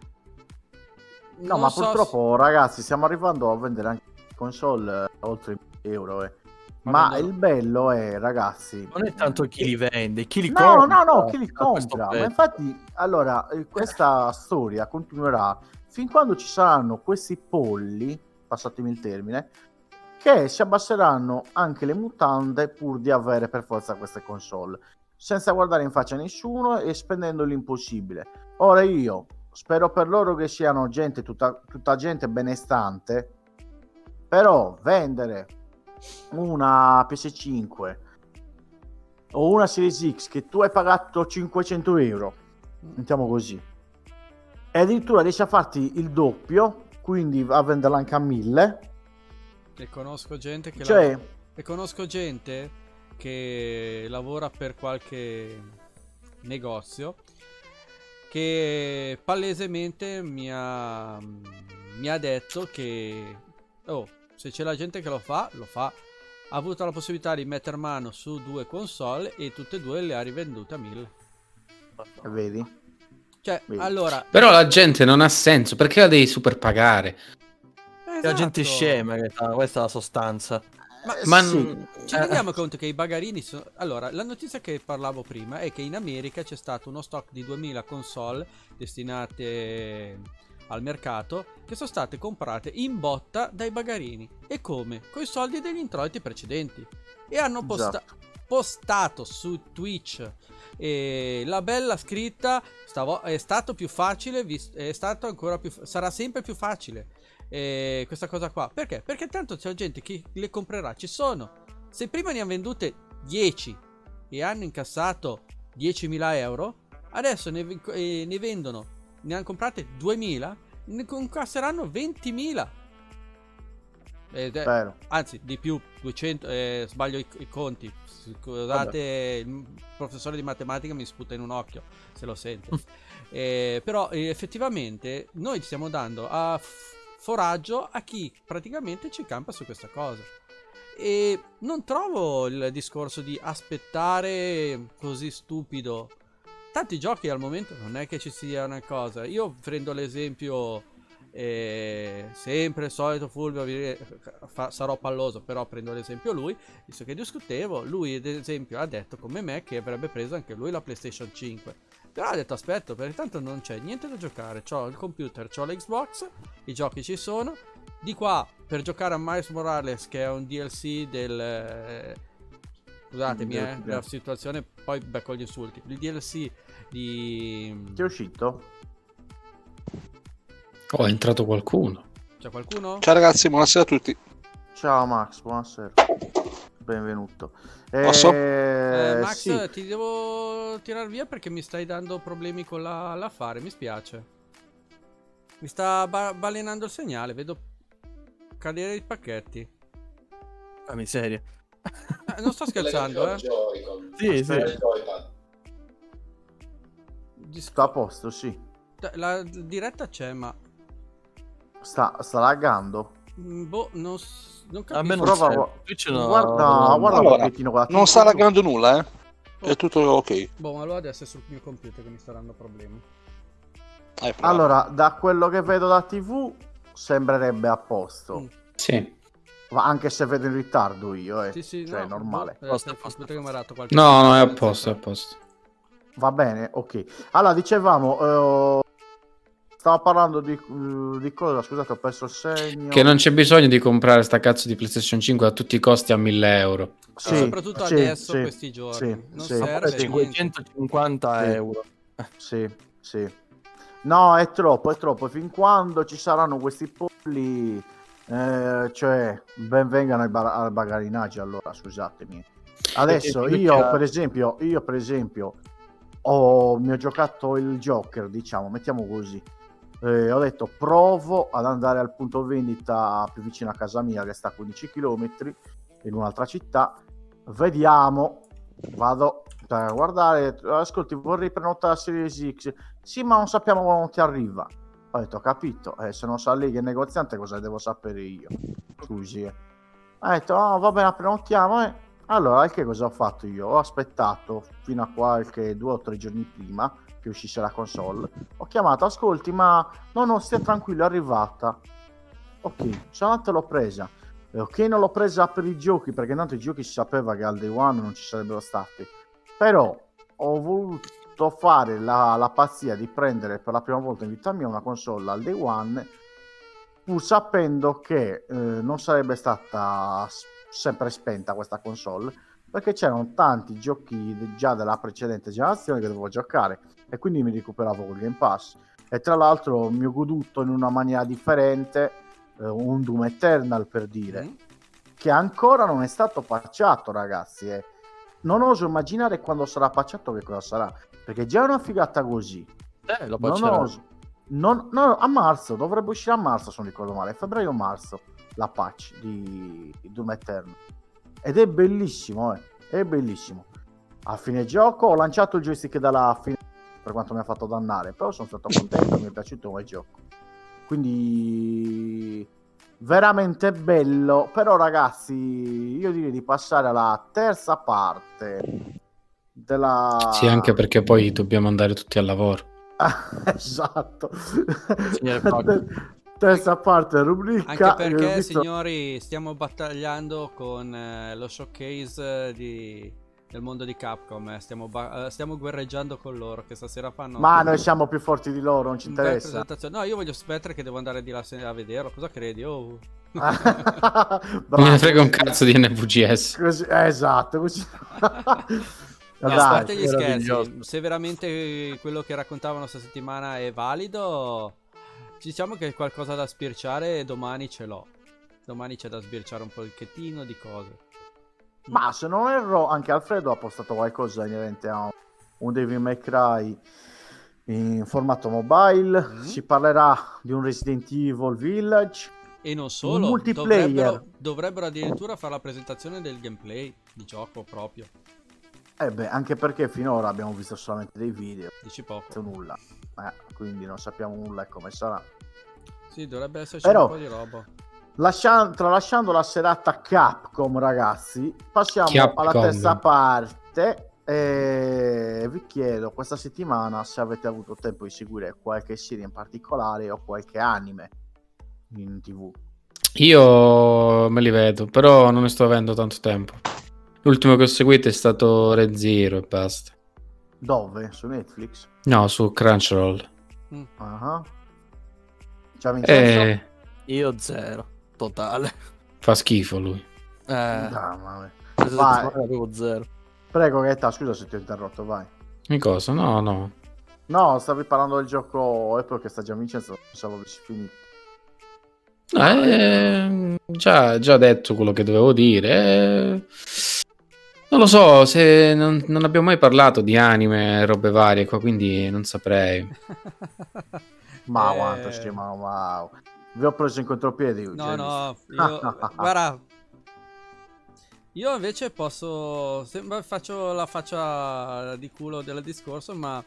No, non ma purtroppo ragazzi, stiamo arrivando a vendere anche console oltre €1. Ma il bello è, ragazzi, non è tanto chi li vende, chi li compra. No, chi li compra. Ma infatti, allora, questa storia continuerà fin quando ci saranno questi polli, passatemi il termine, che si abbasseranno anche le mutande pur di avere per forza queste console, senza guardare in faccia a nessuno e spendendo l'impossibile. Ora io spero per loro che siano gente, tutta gente benestante, però vendere una PS5 o una Series X che tu hai pagato €500, mettiamo così, e addirittura riesci a farti il doppio, quindi a venderla anche a 1000. E conosco gente che lavora per qualche negozio che palesemente mi ha detto che se c'è la gente che lo fa, ha avuto la possibilità di mettere mano su 2 console e tutte e 2 le ha rivendute a 1000. Vedi? Cioè, allora... Però la gente non ha senso, perché la devi super pagare? La gente è scema, questa è la sostanza. Ma sì. Ci rendiamo conto che i bagarini sono... Allora, la notizia che parlavo prima è che in America c'è stato uno stock di 2000 console destinate al mercato che sono state comprate in botta dai bagarini. E come? Con i soldi degli introiti precedenti. E hanno postato su Twitch la bella scritta: è stato più facile, è stato ancora più, sarà sempre più facile. questa cosa qua. Perché? Perché tanto c'è gente che le comprerà. Ci sono. Se prima ne hanno vendute 10 e hanno incassato 10.000 euro, adesso ne vendono, ne hanno comprate 2.000, ne incasseranno 20.000. Anzi, di più, 200, sbaglio i conti. Scusate, il professore di matematica mi sputa in un occhio se lo sente. Però effettivamente noi stiamo dando a foraggio a chi praticamente ci campa su questa cosa. E non trovo il discorso di aspettare così stupido. Tanti giochi al momento non è che ci sia una cosa. Io prendo l'esempio, sempre il solito Fulvio, sarò palloso, però prendo l'esempio lui, visto che discutevo. Lui ad esempio ha detto come me che avrebbe preso anche lui la PlayStation 5, però ha detto aspetta, perché tanto non c'è niente da giocare, c'ho il computer, c'ho l'Xbox, i giochi ci sono. Di qua per giocare a Miles Morales, che è un DLC del scusatemi la situazione, poi becco gli insulti. Il DLC di... Che è uscito? Oh, è entrato qualcuno. C'è qualcuno? Ciao ragazzi, buonasera a tutti. Ciao Max, buonasera. Benvenuto. Posso? Max, sì. ti devo tirare via perché mi stai dando problemi con l'affare, mi spiace. Mi sta balenando il segnale, vedo cadere i pacchetti. Ah, miseria. Non sto scherzando, Sì, sì. Sta a posto, sì. La diretta c'è, ma Sta laggando. boh, non capisco. A me non Prova- serve. Twitch no, Guarda Allora, un pochettino qua. Non sta laggando nulla, È tutto ok. Boh, ma allora adesso è sul mio computer che mi sta dando problemi. Allora, da quello che vedo da TV sembrerebbe a posto. Sì. Ma anche se vedo in ritardo io, Sì, cioè è normale. Aspetta che mi ha dato qualche... No, è a posto, è a posto. Va bene, ok. Allora, dicevamo, stavo parlando di cosa? Scusate, ho perso il segno. Che non c'è bisogno di comprare sta cazzo di PlayStation 5 a tutti i costi a 1.000 euro. Sì, soprattutto sì, adesso, sì, questi giorni. sì, Non sì. serve niente. 550 Sì. euro. Sì. No, è troppo. Fin quando ci saranno questi polli, cioè, ben vengano al bagaglinaggio, allora, scusatemi. Adesso io per esempio mi ho giocato il Joker, diciamo, mettiamo così. Ho detto provo ad andare al punto vendita più vicino a casa mia, che sta a 15 km in un'altra città. Vediamo, vado a guardare, ascolti, vorrei prenotare la Series X. Sì, ma non sappiamo quando ti arriva. Ho detto, ho capito, se non sa lei che è negoziante, cosa devo sapere io? Scusi. Ho detto, oh, va bene, prenotiamo. Allora, che cosa ho fatto io? Ho aspettato fino a qualche 2 o 3 giorni prima che uscisse la console. Ho chiamato, ascolti, ma no, stia tranquillo, è arrivata. Ok, sono andato e l'ho presa. Ok, non l'ho presa per i giochi, perché tanto i giochi si sapeva che al day one non ci sarebbero stati. Però ho voluto fare la pazzia di prendere per la prima volta in vita mia una console al day one, pur sapendo che non sarebbe stata sempre spenta questa console, perché c'erano tanti giochi già della precedente generazione che dovevo giocare, e quindi mi recuperavo col Game Pass. E tra l'altro mi ho goduto in una maniera differente un Doom Eternal, per dire, che ancora non è stato patchato, ragazzi, non oso immaginare quando sarà patchato che cosa sarà, perché già è una figata così. Lo Non patcherà. oso. No, a marzo, dovrebbe uscire a marzo se non ricordo male, febbraio o marzo la patch di Doom Eternal, ed è bellissimo, è bellissimo. A fine gioco ho lanciato il joystick dalla fine, per quanto mi ha fatto dannare, però sono stato contento, mi è piaciuto come gioco, quindi veramente bello. Però ragazzi, io direi di passare alla terza parte della... Sì, anche perché poi dobbiamo andare tutti al lavoro. Esatto. Signore Paco. Terza parte rubrica. Anche perché, visto... signori, stiamo battagliando con lo showcase del mondo di Capcom. Stiamo guerreggiando con loro, che stasera fanno... Ma noi siamo più forti di loro, non ci una bella interessa. presentazione. No, io voglio smettere che devo andare di là a vederlo. Cosa credi? Oh. Non ne frega un cazzo di NVGS. Così, esatto, così. No, a Dai, parte gli scherzi, meraviglioso. se veramente quello che raccontavano questa settimana è valido, diciamo che qualcosa da sbirciare domani ce l'ho. Domani c'è da sbirciare un pochettino di cose. Ma se non erro, anche Alfredo ha postato qualcosa inerente a un Devil May Cry in formato mobile. Si parlerà di un Resident Evil Village. E non solo, multiplayer. Dovrebbero addirittura fare la presentazione del gameplay di gioco proprio. Anche perché finora abbiamo visto solamente dei video. Dici poco. Senza nulla. Quindi non sappiamo nulla e come sarà. Sì, dovrebbe esserci Però, un po' di roba. Tralasciando la serata Capcom, ragazzi, passiamo alla terza parte. E vi chiedo questa settimana se avete avuto tempo di seguire qualche serie in particolare o qualche anime in TV. Io me li vedo, però non ne sto avendo tanto tempo. L'ultimo che ho seguito è stato Red Zero e basta. Dove? Su Netflix? No, su Crunchyroll. Ciao Vincenzo. Io 0 totale. Fa schifo lui. Vai. Avevo 0. Prego Gaeta, scusa se ti ho interrotto, vai. Che cosa? No. No, stavi parlando del gioco Apple che sta già Vincenzo, pensavo avessi finito. Già detto quello che dovevo dire. Non lo so, se non abbiamo mai parlato di anime e robe varie qua, quindi non saprei. Ma quanto scema, wow. Vi ho preso in contropiede. No, guarda, io invece posso, faccio la faccia di culo del discorso, ma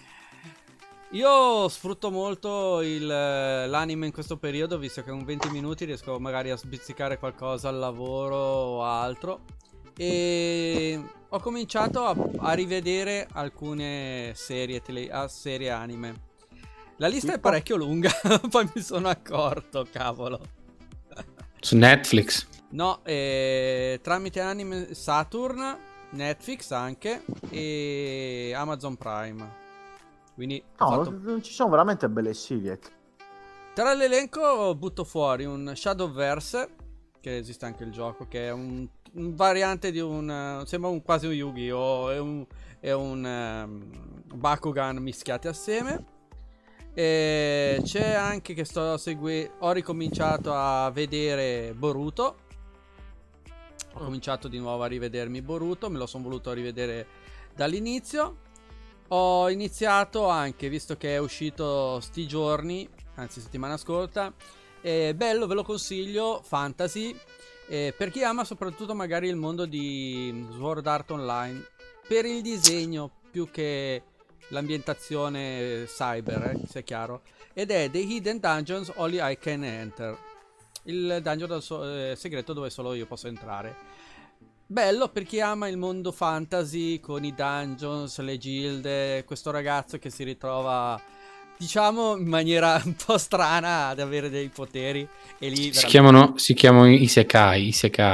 io sfrutto molto l'anime in questo periodo, visto che in 20 minuti riesco magari a sbizzicare qualcosa al lavoro o altro. E ho cominciato a rivedere alcune serie anime. La lista è parecchio lunga, poi mi sono accorto, cavolo. Su Netflix? No, tramite Anime Saturn, Netflix anche e Amazon Prime. Quindi non ci sono veramente belle serie. Tra l'elenco butto fuori un Shadowverse, che esiste anche il gioco, che è un variante di sembra quasi un Yu-Gi-Oh! È un Bakugan mischiati assieme. E c'è anche che ho ricominciato a vedere Boruto. Ho cominciato di nuovo a rivedermi Boruto, me lo sono voluto rivedere dall'inizio. Ho iniziato anche, visto che è uscito sti giorni, anzi settimana scorsa, bello, ve lo consiglio, fantasy, per chi ama soprattutto magari il mondo di Sword Art Online, per il disegno più che l'ambientazione cyber, se è chiaro, ed è The Hidden Dungeons Only I Can Enter, il dungeon segreto dove solo io posso entrare. Bello per chi ama il mondo fantasy con i dungeons, le gilde, questo ragazzo che si ritrova, diciamo, in maniera un po' strana ad avere dei poteri e lì si chiamano Isekai.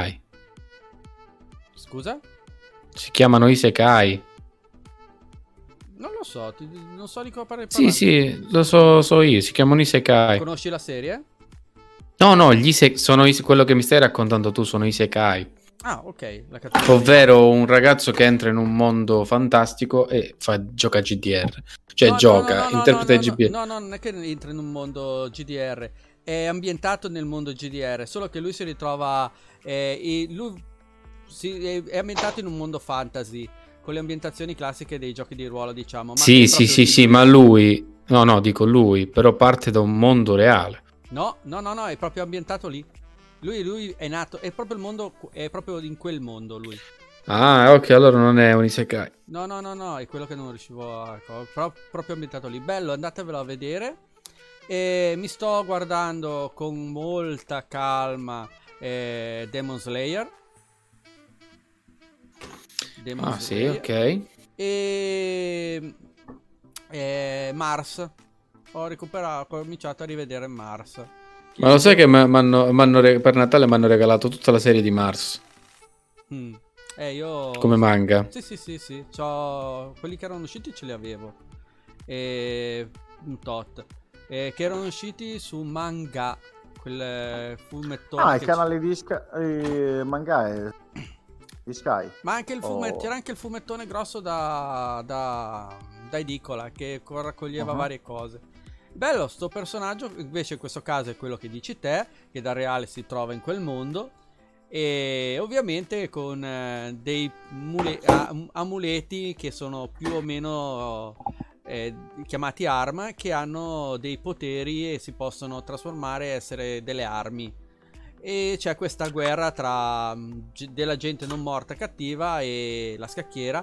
Scusa? Si chiamano Isekai. Non lo so, non so di cosa parlare. Sì, lo so io, si chiamano Isekai. Conosci la serie? No, quello che mi stai raccontando tu sono Isekai. Ah, ok. Ovvero un ragazzo che entra in un mondo fantastico e gioca GDR. Cioè interpreta GDR. No, non è che entra in un mondo GDR. È ambientato nel mondo GDR, solo che lui si ritrova... è ambientato in un mondo fantasy, con le ambientazioni classiche dei giochi di ruolo, diciamo. Ma sì, ma lui... No, dico lui, però parte da un mondo reale. No, è proprio ambientato lì. Lui è nato, è proprio il mondo, è proprio in quel mondo lui. Ah, ok, allora non è un Isekai. No, è quello che non riuscivo a... proprio ambientato lì. Bello, andatevelo a vedere. E mi sto guardando con molta calma Demon Slayer. Sì, ok. E Mars. Ho cominciato a rivedere Mars. Ma lo sai che per Natale mi hanno regalato tutta la serie di Mars? Io... Come manga? Sì. Quelli che erano usciti ce li avevo. Un tot. Che erano usciti su Manga. Quel fumettone. Il canale di Manga è di Sky. Ma anche il c'era anche il fumettone grosso da edicola che raccoglieva varie cose. Bello, sto personaggio invece in questo caso è quello che dici te, che da reale si trova in quel mondo e ovviamente con dei amuleti che sono più o meno chiamati arma, che hanno dei poteri e si possono trasformare e essere delle armi. E c'è questa guerra tra della gente non morta cattiva e la scacchiera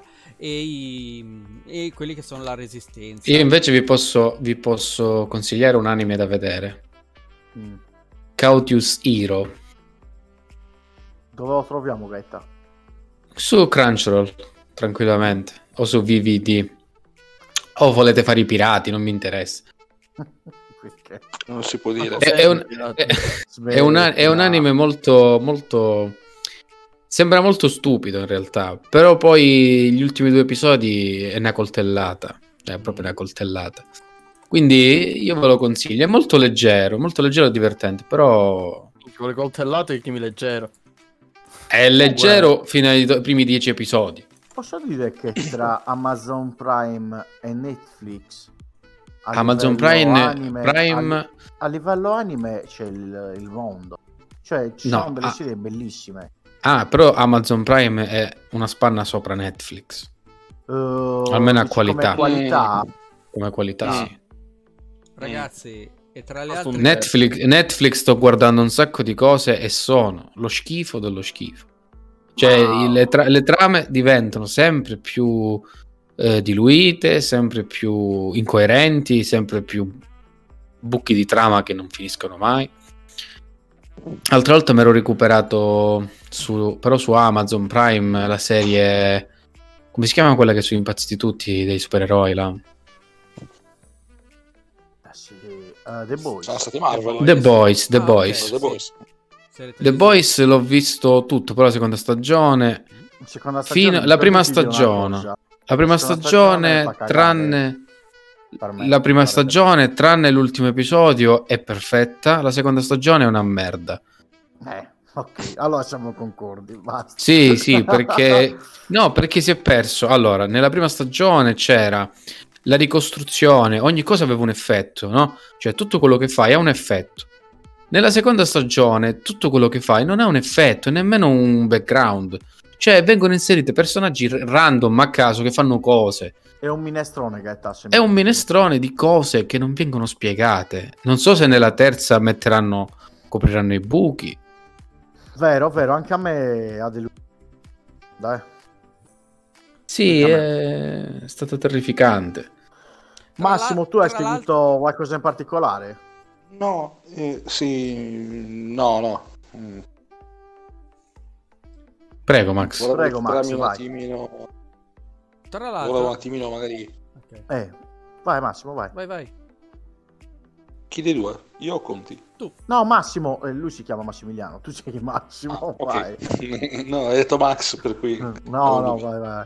e quelli che sono la resistenza. Io invece vi posso consigliare un anime da vedere. Cautious Hero. Dove lo troviamo, Gaeta? Su Crunchyroll, tranquillamente. O su VVD. O volete fare i pirati, non mi interessa. Perché? Non si può dire. È un anime molto, molto... Sembra molto stupido in realtà, però poi gli ultimi 2 episodi è una coltellata. È proprio una coltellata. Quindi io ve lo consiglio. È molto leggero e divertente, però... Con le coltellate il chimi leggero. È leggero fino ai primi 10 episodi. Posso dire che tra Amazon Prime e Netflix Amazon Prime a livello anime c'è il mondo, cioè ci sono delle serie bellissime. Però Amazon Prime è una spanna sopra Netflix, almeno a qualità. Come qualità sì. Ragazzi, e tra le altre Netflix sto guardando un sacco di cose e sono lo schifo dello schifo. Cioè le trame diventano sempre più diluite, sempre più incoerenti, sempre più buchi di trama che non finiscono mai. L'altra volta mi ero recuperato però su Amazon Prime la serie, come si chiama quella che sono impazziti tutti dei supereroi là? The Boys. Sono stati Marvel. The Boys. Okay. The Boys l'ho visto tutto, però la seconda stagione fino la prima stagione. La prima stagione, tranne la prima stagione, tranne l'ultimo episodio, è perfetta. La seconda stagione è una merda. Ok, allora siamo concordi. Basta. Sì, perché si è perso. Allora, nella prima stagione c'era la ricostruzione, ogni cosa aveva un effetto, no? Cioè tutto quello che fai ha un effetto. Nella seconda stagione tutto quello che fai non ha un effetto e nemmeno un background. Cioè vengono inserite personaggi random a caso che fanno cose. È un minestrone, Gaeta. È un minestrone di cose che non vengono spiegate. Non so se nella terza copriranno i buchi. Vero, anche a me ha deluso. Dai. Sì, è stato terrificante. Massimo, tu hai seguito qualcosa in particolare? No, no. Prego Max. Prego Max, un vai. attimino. Tra l'altro, volevo un attimino magari. Okay. Vai Massimo, vai. Vai. Chi dei due? Io o Conti? Tu. No, Massimo, lui si chiama Massimiliano, tu sei Massimo, vai. Okay. No, hai detto Max, per cui. No, vai.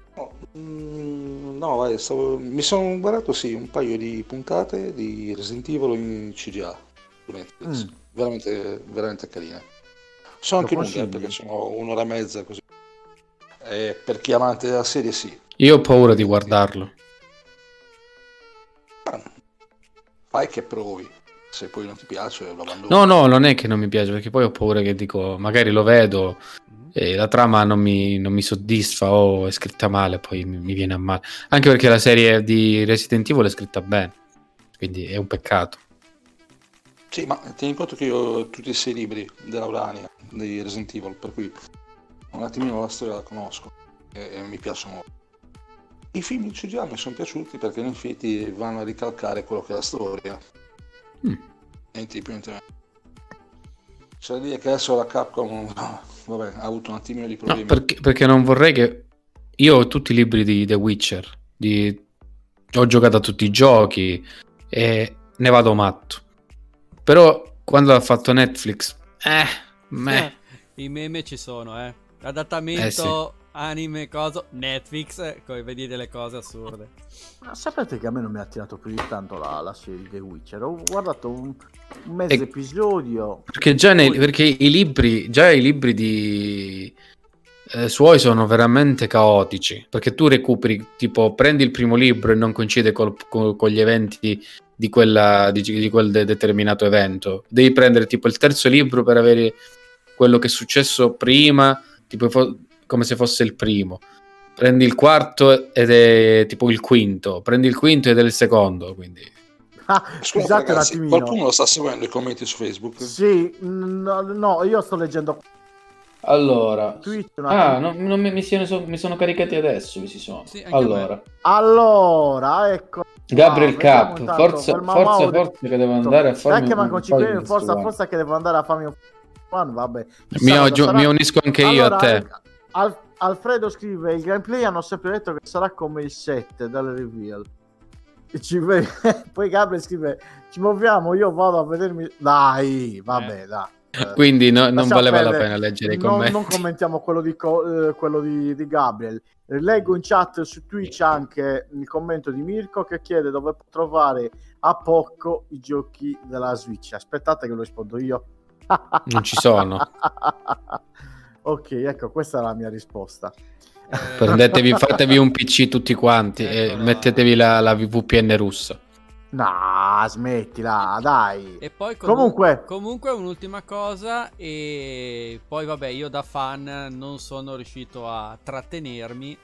No, vai, mi sono guardato un paio di puntate di Resident Evil in CGA su Netflix. Veramente, veramente carine. Sono anche lunghe perché sono 1 ora e mezza così. Per chi è amante della serie sì. Io ho paura di guardarlo. Fai che provi. Se poi non ti piace lo abbandoni. No, non è che non mi piace, perché poi ho paura che dico, magari lo vedo e la trama non mi soddisfa o è scritta male, poi mi viene a male. Anche perché la serie di Resident Evil è scritta bene, quindi è un peccato. Sì, ma tieni conto che io ho tutti i 6 libri della Urania di Resident Evil, per cui un attimino la storia la conosco e mi piacciono molto. I film in CGI mi sono piaciuti perché in effetti vanno a ricalcare quello che è la storia. Niente di più niente. C'è da dire che adesso la Capcom ha avuto un attimino di problemi. No, perché non vorrei che... Io ho tutti i libri di The Witcher, ho giocato a tutti i giochi e ne vado matto. Però quando l'ha fatto Netflix, i meme ci sono, adattamento anime, cosa, Netflix, vedi delle cose assurde. Ma sapete che a me non mi ha attirato più di tanto la serie di The Witcher. Ho guardato un mezzo episodio. Perché perché i libri di suoi sono veramente caotici, perché tu recuperi, tipo prendi il primo libro e non coincide con gli eventi di quel determinato evento. Devi prendere tipo il terzo libro per avere quello che è successo prima, tipo come se fosse il primo. Prendi il quarto ed è tipo il quinto, prendi il quinto ed è il secondo, quindi... Scusate ragazzi, un attimino. qualcuno lo sta seguendo i commenti su Facebook? Sì, no, io sto leggendo Allora, Twitch un attimo. mi sono caricati adesso, Sì, anche Allora, ecco. Gabriel vediamo Cup, intanto forza quel Mamao che devo andare a farmi anche un forza che devo andare a farmi un fan, vabbè. mi unisco anche io a te. Alfredo scrive: il gameplay hanno sempre detto che sarà come il 7 dalle reveal. Poi Gabriel scrive: ci muoviamo, io vado a vedermi. Dai, vabbè, dai. Quindi non valeva perdere. la pena leggere i commenti. Non commentiamo quello di Gabriel. Leggo in chat su Twitch anche il commento di Mirko che chiede dove può trovare a poco i giochi della Switch. Aspettate che lo rispondo io. Non ci sono. Ok, ecco, questa è la mia risposta. Fatevi un PC tutti quanti e mettetevi la VPN russa. No, smettila, dai. E poi comunque un'ultima cosa, e poi vabbè, io da fan non sono riuscito a trattenermi.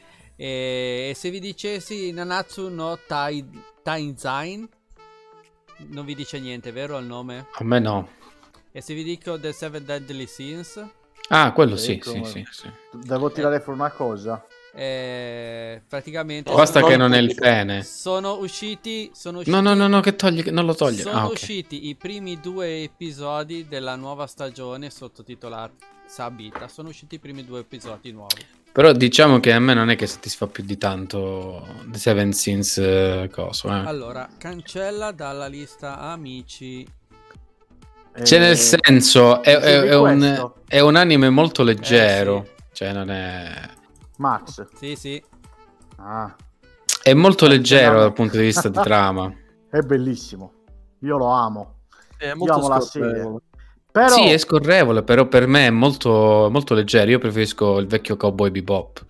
E se vi dicessi Nanatsu no Tainzain, non vi dice niente, vero il nome? A me no. E se vi dico The Seven Deadly Sins? Ah, quello sì. Devo tirare fuori una cosa. Praticamente basta che non è il pene. Sono usciti no, che togli, non lo togli. Sono usciti i primi 2 episodi della nuova stagione sottotitolata Sabita. Sono usciti i primi 2 episodi nuovi. Però diciamo che a me non è che soddisfa più di tanto The Seven Sins coso. Allora, cancella dalla lista amici. Cioè, nel senso, è un anime molto leggero. Sì. Cioè, non è... Max. Sì. È molto leggero dal punto di vista di trama. È bellissimo. Io lo amo. È molto amo la serie. Però... Sì, è scorrevole, però per me è molto, molto leggero. Io preferisco il vecchio Cowboy Bebop.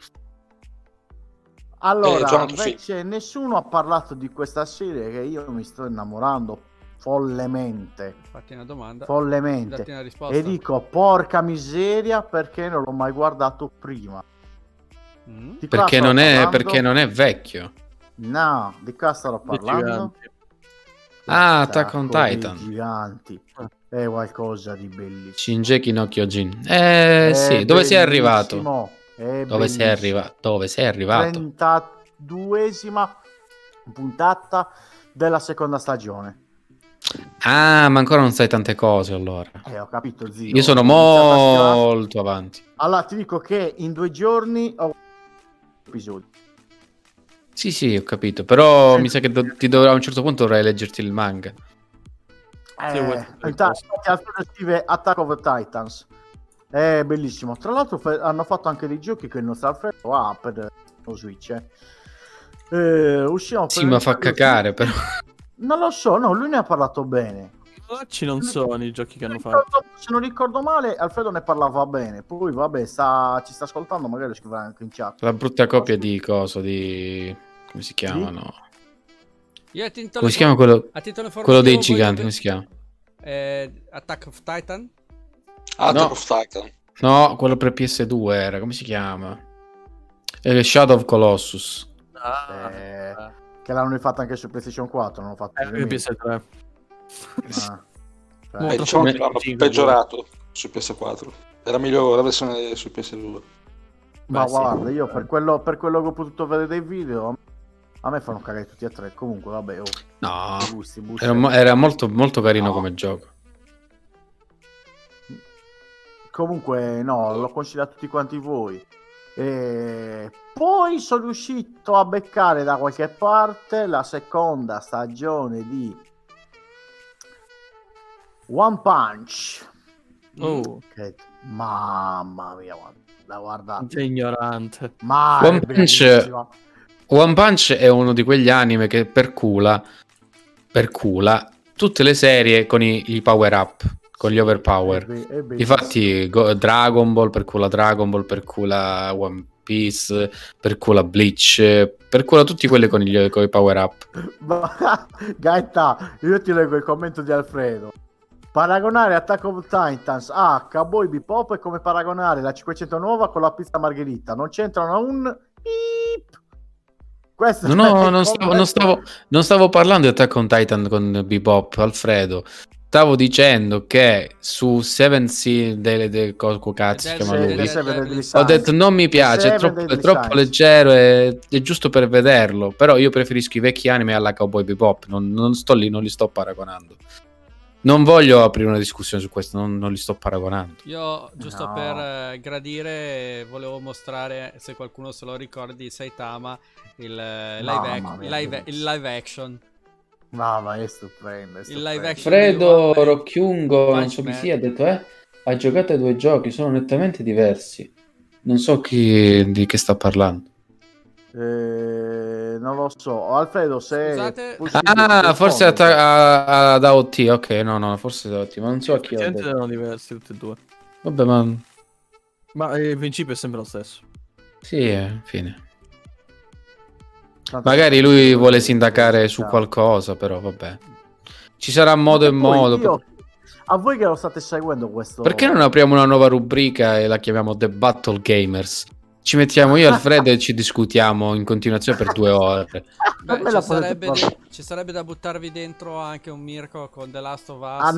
Allora, invece nessuno ha parlato di questa serie che io mi sto innamorando follemente. Fatti una domanda. Follemente. Datti una risposta. E dico, porca miseria, perché non l'ho mai guardato prima? Perché non è vecchio. No, di cosa starò parlando? Attack on Titan. Giganti. È qualcosa di bellissimo. Shingeki no Kyojin. Sì, dove sei arrivato? Dove sei arrivato? 32esima puntata della seconda stagione. Ah, ma ancora non sai tante cose allora. Ho capito, zio. Io sono molto avanti. Allora ti dico che in 2 giorni ho episodi. Sì, ho capito. Però mi sa che a un certo punto dovrai leggerti il manga. Infatti Alfredo scrive Attack of Titans. È bellissimo. Tra l'altro hanno fatto anche dei giochi che il nostro Alfredo ha per lo Switch. Usciamo sì, ma fa cacare però. Non lo so, no, lui ne ha parlato bene. Ci non sono i giochi che hanno fatto. Se non ricordo male, Alfredo ne parlava bene. Poi vabbè, ci sta ascoltando, magari lo scriverà anche in chat. La brutta copia di coso di... come si chiamano? Come si chiama quello dei giganti? Come si chiama? Attack of Titan? Attack of Titan. No, quello per PS2 era, come si chiama? Shadow of Colossus. Che l'hanno rifatto anche su PlayStation 4, non ho fatto PS3. Diciamo che l'hanno peggiorato su PS4. Era meglio la versione su PS2. Ma guarda, io per quello che ho potuto vedere dei video, a me fanno cagare tutti e tre. Comunque, vabbè. No, busti. Era molto, molto carino come gioco. Comunque, no, l'ho consigliato a tutti quanti voi. E poi sono riuscito a beccare da qualche parte la seconda stagione di One Punch. Okay. Mamma mia, guarda. Sei ignorante. One Punch è uno di quegli anime che percula tutte le serie con i power up, con gli overpower. Infatti Dragon Ball percula One Piece, percula Bleach, percula tutti quelli con i power up. Gaeta, io ti leggo il commento di Alfredo. Paragonare Attack of Titans a Cowboy Bebop è come paragonare la 500 nuova con la pizza margherita, non c'entrano un beep. Questo Non stavo parlando di Attack on Titan con Bebop, Alfredo. Stavo dicendo che su Seven Sea cazzo si chiama? Ho detto non mi piace, è troppo leggero, è giusto per vederlo. Però io preferisco i vecchi anime alla Cowboy Bebop. Non sto lì, non li sto paragonando. Non voglio aprire una discussione su questo, non li sto paragonando. Io, giusto per gradire, volevo mostrare, se qualcuno se lo ricordi, Saitama, il live action. Mamma, è stupendo. Il live action Fredo Rocchiungo, non so chi sia, ha detto hai giocato ai due giochi, sono nettamente diversi. Non so di che sta parlando. Non lo so, Alfredo, se forse ad AOT, ok, no, forse ad AOT, ma non so a chi ha detto. Erano diversi tutti e due. Vabbè, ma il principio è sempre lo stesso. Sì, fine. Magari lui vuole sindacare su qualcosa, però vabbè. Ci sarà modo e modo. A voi che lo state seguendo questo? Perché non apriamo una nuova rubrica e la chiamiamo The Battle Gamers? Ci mettiamo io e Alfredo e ci discutiamo in continuazione per 2 ore. Beh, ci sarebbe da buttarvi dentro anche un Mirko con The Last of Us.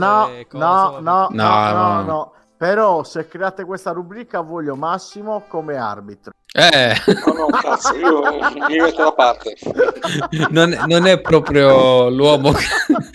No. Però se create questa rubrica voglio Massimo come arbitro. No, cazzo, io mi metto da parte. Non è proprio l'uomo che...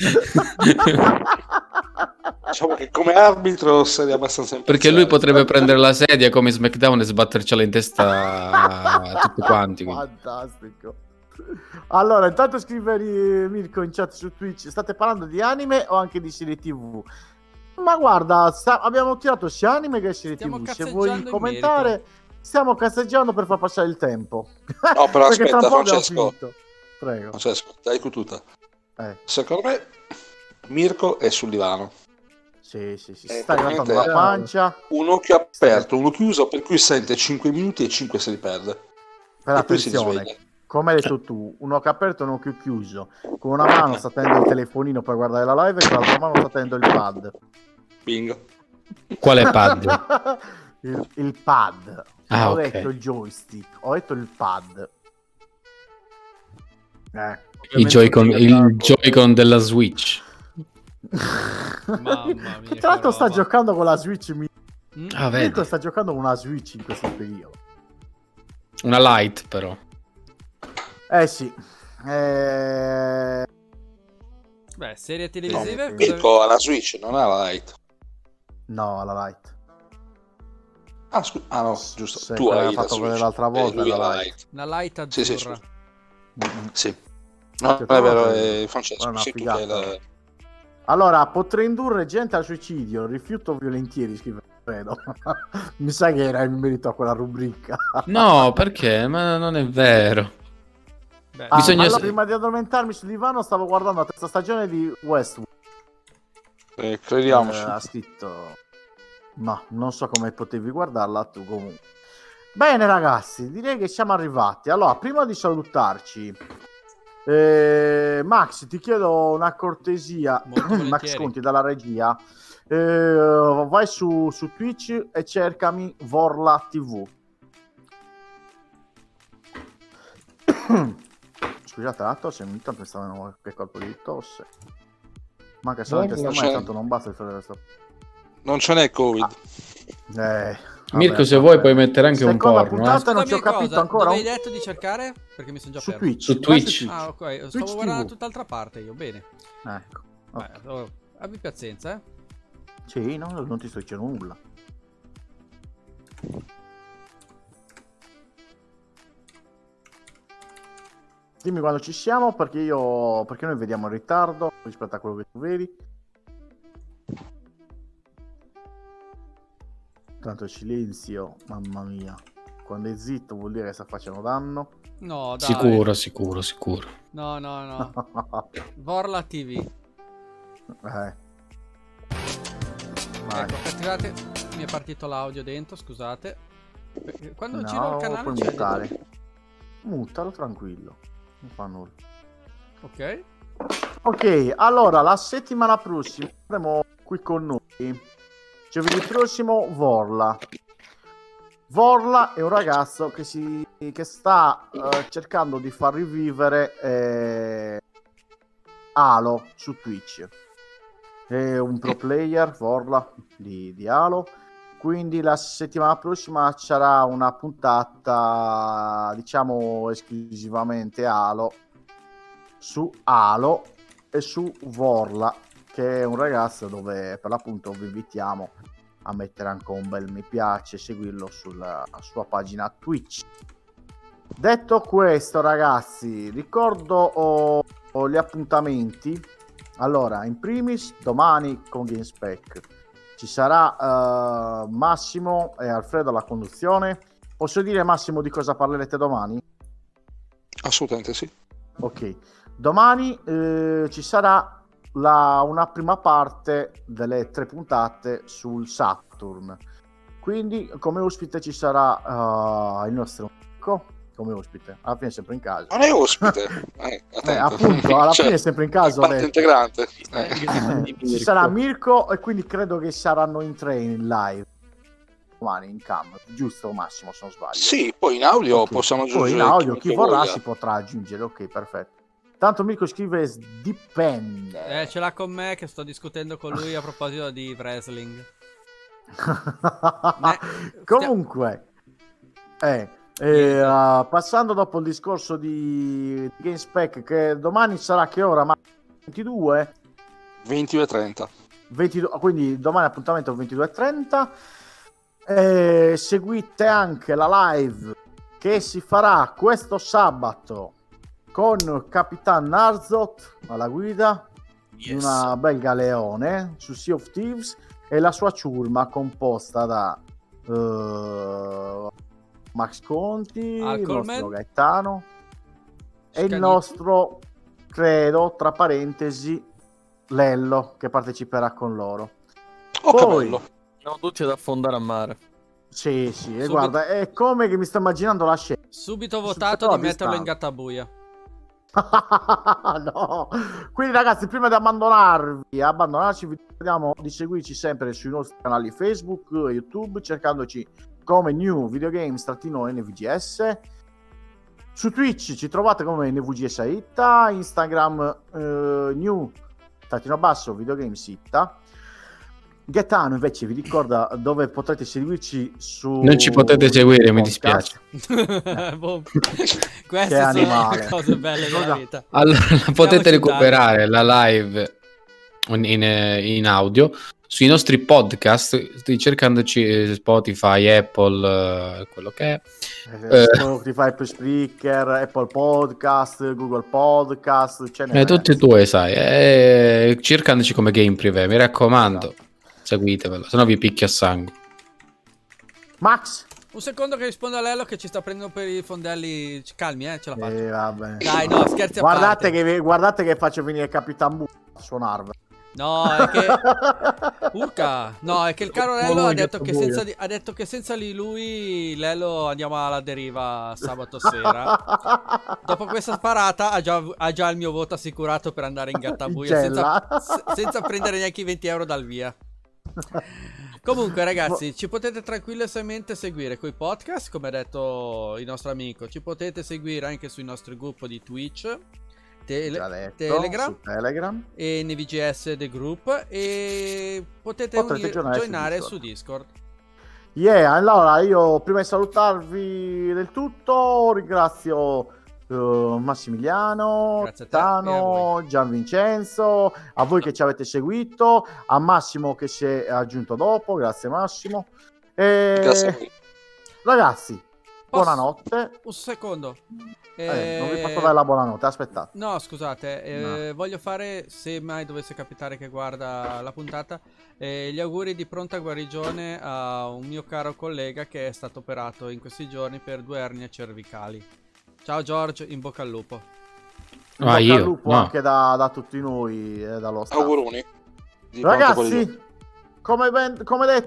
Diciamo che come arbitro sei abbastanza perché lui potrebbe prendere la sedia come SmackDown e sbattercela in testa a tutti quanti. Fantastico. Allora, intanto scrive Mirko in chat su Twitch: state parlando di anime o anche di serie TV? Ma guarda, abbiamo tirato sia anime che serie TV. Se vuoi commentare, stiamo cazzeggiando per far passare il tempo. No, però aspetta, Francesco. Prego. Francesco, dai con tutta. Secondo me Mirko è sul divano. Sì, sta grattando la pancia. Un occhio aperto, uno chiuso, per cui sente 5 minuti e 5 se li perde. Per attenzione, come hai detto tu, un occhio aperto e un occhio chiuso. Con una mano sta tenendo il telefonino per guardare la live e con l'altra mano sta tenendo il pad. Bingo. Quale pad? il pad. Ho detto il joystick, ho detto il pad. Il Joy-Con della Switch. Mamma mia, che tra l'altro sta giocando con la Switch. Vedi. Sta giocando con una Switch in questo periodo. Una Lite però. Sì. Beh, serie televisive? Mirko ha la Switch, non ha la Lite. No, la Lite. No, giusto. Se tu hai fatto la Switch l'altra volta la Lite. Una Lite azzurra. Sì. No, è vero, Francesco, sei tu che hai la... Allora, potrei indurre gente al suicidio, rifiuto volentieri, scrive Fredo. Mi sa che era in merito a quella rubrica. No, perché? Ma non è vero. Allora, prima di addormentarmi sul divano stavo guardando la terza stagione di Westworld. Crediamoci. Ha scritto... Ma non so come potevi guardarla tu comunque. Bene ragazzi, direi che siamo arrivati. Allora, prima di salutarci... Max, ti chiedo una cortesia. Max Conti dalla regia, vai su Twitch e cercami Vorla TV. Scusate la tosse, ogni tanto mi sta venendo qualche colpo di tosse. Manca solo il testamento, tanto non basta il freddo. Non ce n'è Covid. Mirko, se vuoi puoi mettere anche un porno. Puntata, non ci ho capito ancora. Dove hai detto di cercare? Perché mi sono già perso. Su Twitch. Ah, ok. Stavo guardando da tutt'altra parte io. Bene. Ecco. Okay. Abbi pazienza, Sì, no, non ti sto dicendo nulla. Dimmi quando ci siamo, perché noi vediamo in ritardo rispetto a quello che tu vedi. Tanto silenzio, mamma mia. Quando è zitto vuol dire che sta facendo danno. No, dai. Sicuro. No. Vorla TV. Vai. Ecco, attivate. Mi è partito l'audio dentro, scusate. Quando No, giro il canale puoi c'è mutare. Mutalo tranquillo, non fa nulla. Ok. Ok, allora la settimana prossima avremo qui con noi giovedì prossimo Vorla. Vorla è un ragazzo che sta cercando di far rivivere Halo su Twitch. È un pro player Vorla di Halo. Quindi la settimana prossima sarà una puntata, diciamo, esclusivamente Halo, su Halo e su Vorla, che è un ragazzo dove per l'appunto vi invitiamo a mettere anche un bel mi piace, seguirlo sulla sua pagina Twitch. Detto questo, ragazzi, ricordo gli appuntamenti. Allora, in primis domani con GameSpec ci sarà Massimo e Alfredo alla conduzione. Posso dire, Massimo, di cosa parlerete domani? Assolutamente sì. Ok, domani ci sarà una prima parte delle 3 puntate sul Saturn. Quindi come ospite ci sarà il nostro amico, come ospite, alla fine è sempre in casa. Non è ospite. Appunto, alla fine è sempre in casa. Parte integrante. Ci sarà Mirko e quindi credo che saranno in 3 in live domani in cam, giusto Massimo, se non sbaglio? Sì, poi in audio Okay. possiamo aggiungere. Poi in audio chi vorrà voglia. si potrà aggiungere, ok, perfetto. Tanto Mirko scrive dipende. Ce l'ha con me che sto discutendo con lui a proposito di wrestling. Comunque, passando dopo il discorso di GameSpec, che domani sarà che ora? Ma 22? 22:30. 22, quindi domani appuntamento 22:30. Seguite anche la live che si farà questo sabato con Capitan Narzot alla guida di una bel galeone su Sea of Thieves e la sua ciurma composta da Max Conti, il nostro Gaetano e il nostro, credo, tra parentesi, Lello, che parteciperà con loro. Poi bello. Siamo tutti ad affondare a mare. Sì, e guarda, è come che mi sto immaginando la scena. Subito votato di metterlo in gattabuia. No. Quindi ragazzi, prima di abbandonarci, vi chiediamo di seguirci sempre sui nostri canali Facebook e YouTube, cercandoci come New Videogames-NVGS. Su Twitch ci trovate come NVGS Itta, Instagram New_Videogames Itta. Gaetano invece vi ricorda dove potrete seguirci su... Non ci potete seguire, mi dispiace. Queste sono le cose belle della vita. Allora, potete recuperare la live in audio sui nostri podcast, cercandoci Spotify, Apple, quello che è. Spotify, Spreaker, Apple Podcast, Google Podcast, tutti tu sai, cercandoci come Game Privé, mi raccomando. Seguitevelo, sennò vi picchia a sangue. Max, un secondo che rispondo a Lello che ci sta prendendo per i fondelli. Calmi, ce la faccio. Vabbè. Dai, no, scherzi a parte. Guardate che faccio venire Capitan Bu a suonarvi. No, è che Urca. No, è che il caro Lello ha detto che senza di lui Lello andiamo alla deriva sabato sera. Dopo questa parata ha già il mio voto assicurato per andare in gattabuia senza prendere neanche i 20 euro dal via. Comunque ragazzi, ci potete tranquillamente seguire coi podcast, come ha detto il nostro amico. Ci potete seguire anche sui nostri gruppi di Twitch, Telegram e NVGS The Group, e potete joinare su Discord. Allora io prima di salutarvi del tutto ringrazio Massimiliano, Tano, Gianvincenzo, a voi che ci avete seguito, a Massimo che si è aggiunto dopo, grazie Massimo. Grazie a voi. Ragazzi, buonanotte. Un secondo. Non vi posso dare la buonanotte, aspettate. No, scusate, voglio fare, se mai dovesse capitare che guarda la puntata, gli auguri di pronta guarigione a un mio caro collega che è stato operato in questi giorni per 2 ernie cervicali. Ciao George, in bocca al lupo. In bocca al lupo anche da tutti noi, dallo staff. Auguroni. Ragazzi, come detto,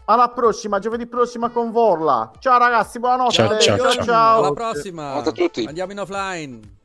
alla prossima, giovedì prossima con Vorla. Ciao ragazzi, buonanotte. Ciao. Alla prossima. Buonanotte a tutti. Andiamo in offline.